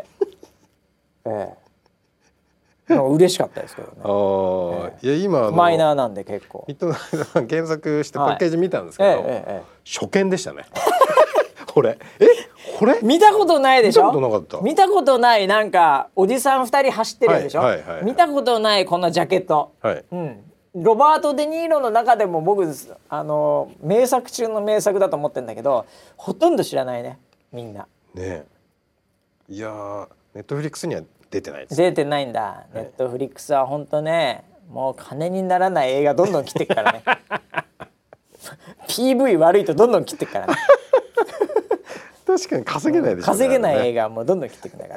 嬉しかったですけどね。 いや今マイナーなんで結構。 検索してパッケージ見たんですけど、初見でしたね。これ見たことないでしょ。 見たことなかった。 見たことないなんかおじさん2人走ってるでしょ。見たことないこんなジャケット。ロバート・デ・ニーロの中でも僕名作中の名作だと思ってるんだけどほとんど知らないねみんな。ねえ。いやネットフリックスには出てないです。 出てないんだ。ネットフリックスは本当ねもう金にならない映画どんどん切ってくからねPV 悪いとどんどん切ってくからね確かに稼げないでしょ、 稼げない映画はもうどんどん切ってくんだから、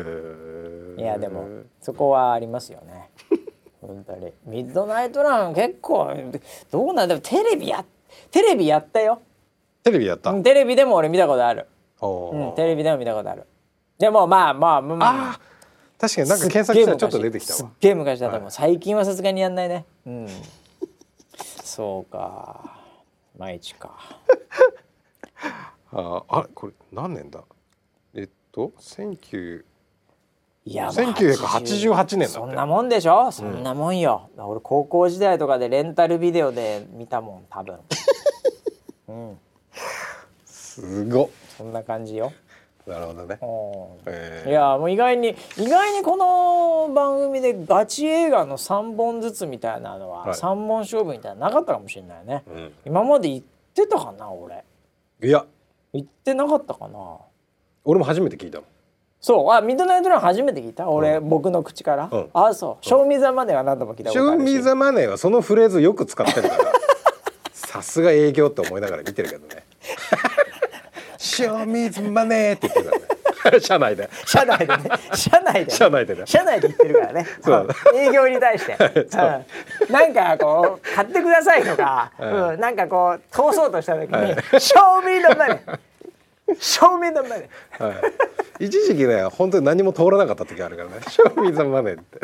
いやでもそこはありますよね本当に。ミッドナイトラン結構どうなんだろう。テレビやったよ。テレビやった。テレビでも俺見たことある。テレビでも見たことある。でもまあ確かになんか検索したらちょっと出てきたわ。 すっげえ昔だと思う、最近はさすがにやんないね。そうか毎日かこれ何年だ1988年だって。 そんなもんでしょ。そんなもんよ、俺高校時代とかでレンタルビデオで見たもん多分すごっ。 そんな感じよ。 なるほどね。 いやもう意外にこの番組でガチ映画の3本ずつみたいなのは、3本勝負みたいなのなかったかもしれないね、今まで言ってたかな。俺いや言ってなかったかな。 俺も初めて聞いたもん。 そうミッドナイトラン初めて聞いた俺、僕の口から、そうショーミーザマネーは何度も聞いたことあるし。 ショーミーザマネーはそのフレーズよく使ってるからさすが営業って思いながら見てるけどねショーミーズマネーって言ってるからね社内で言ってるからね営業に対してなんかこう買ってくださいとか、なんかこう通そうとした時にショーミーザマネー一時期ね本当に何も通らなかった時あるからねショーミーザマネーって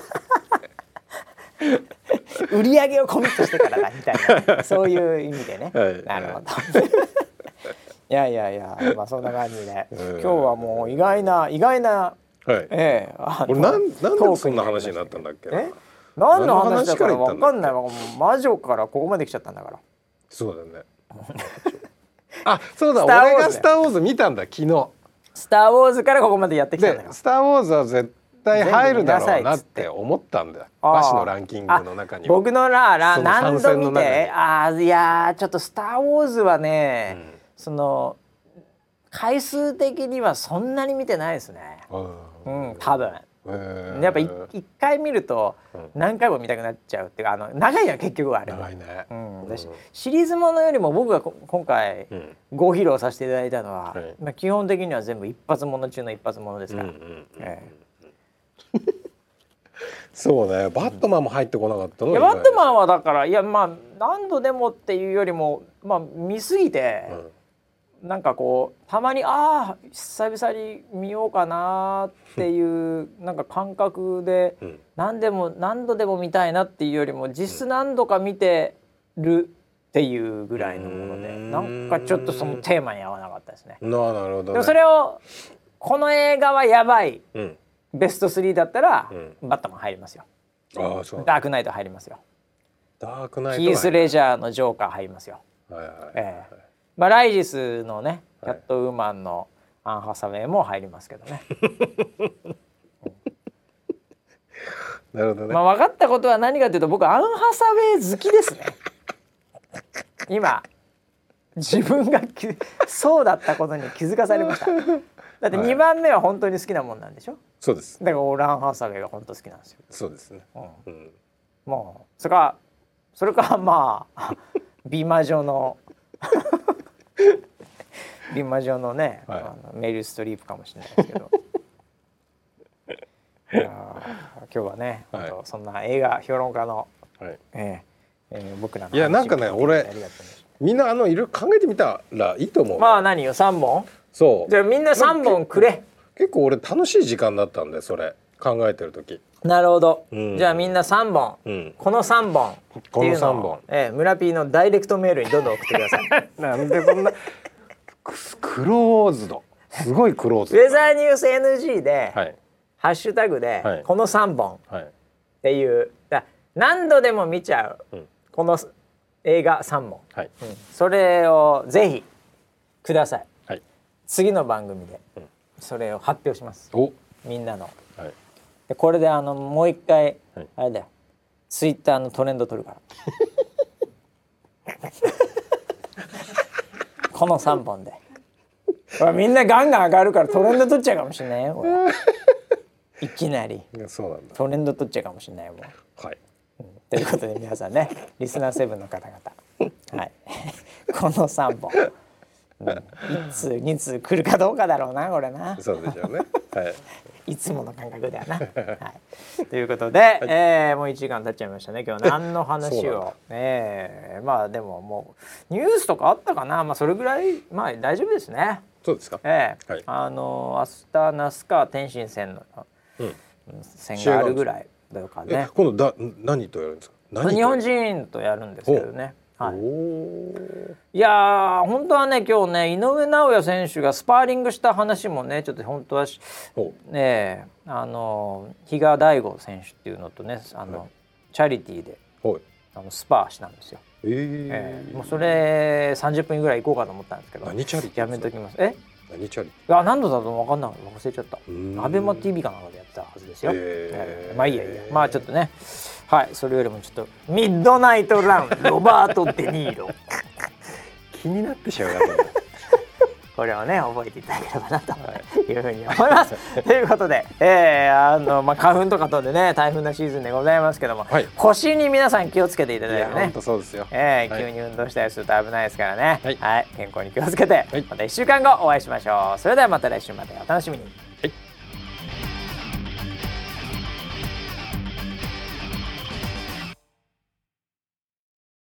売り上げをコミットしてからだみたいなそういう意味でね、なるほどいやまあそんな感じで、今日はもう意外な俺なんでそんな話になったんだっけ。 何の話だから分かんない。魔女からここまで来ちゃったんだから。 そうだねそうだ俺がスターウォーズ見たんだ昨日。 スターウォーズからここまでやってきたんだよ。 スターウォーズは絶対入るだろうなって思ったんだよ。バシのランキングの中に僕の何度見ていやちょっとスターウォーズはね、その回数的にはそんなに見てないですね。多分やっぱ一回見ると何回も見たくなっちゃうっていうか長いや結局はあれ長いね、 シリーズものよりも僕が今回ご披露させていただいたのは、まあ、基本的には全部一発もの中の一発ものですから。 そうね、バットマンも入ってこなかったの。 バットマンはだからまあ何度でもっていうよりもまあ見すぎて、なんかこうたまに久々に見ようかなっていうなんか感覚で、何度でも見たいなっていうよりも実質何度か見てるっていうぐらいのもので、なんかちょっとそのテーマに合わなかったですね。 なるほどね。 でもそれをこの映画はやばい、ベスト3だったら、バットマン入りますよ。 そうダークナイト入りますよ。 ダークナイトキース・レジャーのジョーカー入りますよ。まあ、ライジスのねキャットウーマンのアン・ハサウェイも入りますけどね。 なるほどね。 まあ、分かったことは何かというと僕アン・ハサウェイ好きですね。今自分がそうだったことに気づかされました。だって2番目は本当に好きなもんなんでしょ。 そうです。 だからオーラン・ハサウェイが本当好きなんですよ。 そうですね。 もうそれかまあ美魔女のね、メリル・ストリープかもしれないですけど今日はね、そんな映画評論家の、僕らのいやなんかね俺みんないろいろ考えてみたらいいと思う。 まあ何よ3本。 そうじゃあみんな3本くれ。 結構俺楽しい時間だったんでそれ考えてる時。 なるほど、じゃあみんな3本、この3本っていうのを村 P のダイレクトメールにどんどん送ってください。 なんでこんなクローズドすごいクローズド。 ウェザーニュース NG で、ハッシュタグで、この3本っていう、何度でも見ちゃう、この映画3本、それをぜひください。次の番組でそれを発表します。みんなの。でこれでもう一回、あれだよツイッターのトレンド取るからこの3本でみんなガンガン上がるからトレンド取っちゃうかもしれないよいきなりそうなんだ。トレンド取っちゃうかもしれないよもう、ということで皆さんねリスナー7の方々この3本1通2通来るかどうかだろうなこれな。 そうでしょうね。 いつもの感覚だよな。ということで、もう1時間経っちゃいましたね。今日何の話を、まあでももうニュースとかあったかな。まあそれぐらいまあ大丈夫ですね。 そうですか。 明日那須川天心戦の、戦があるぐらいだかね。 今度何とやるんですか。 日本人とやるんですけどね。いやー本当はね今日ね井上尚弥選手がスパーリングした話もねちょっと本当はね比嘉大吾選手っていうのとねチャリティーでスパーしたんですよ。もうそれ30分ぐらい行こうかと思ったんですけど何チャリティーやめときます。 何チャリティー。 何度だと分かんない忘れちゃった。アベマ TV かなんかでやってたはずですよ。まあいいやまあちょっとねそれよりもちょっとミッドナイトランロバート・デ・ニーロ気になってしまうなこれをね覚えていただければなというふうに思います。ということで、花粉とかとでね台風なシーズンでございますけども、腰に皆さん気をつけていただいてね。 本当そうですよ。 急に運動したりすると危ないですからね。健康に気をつけて、また1週間後お会いしましょう。それではまた来週までお楽しみに。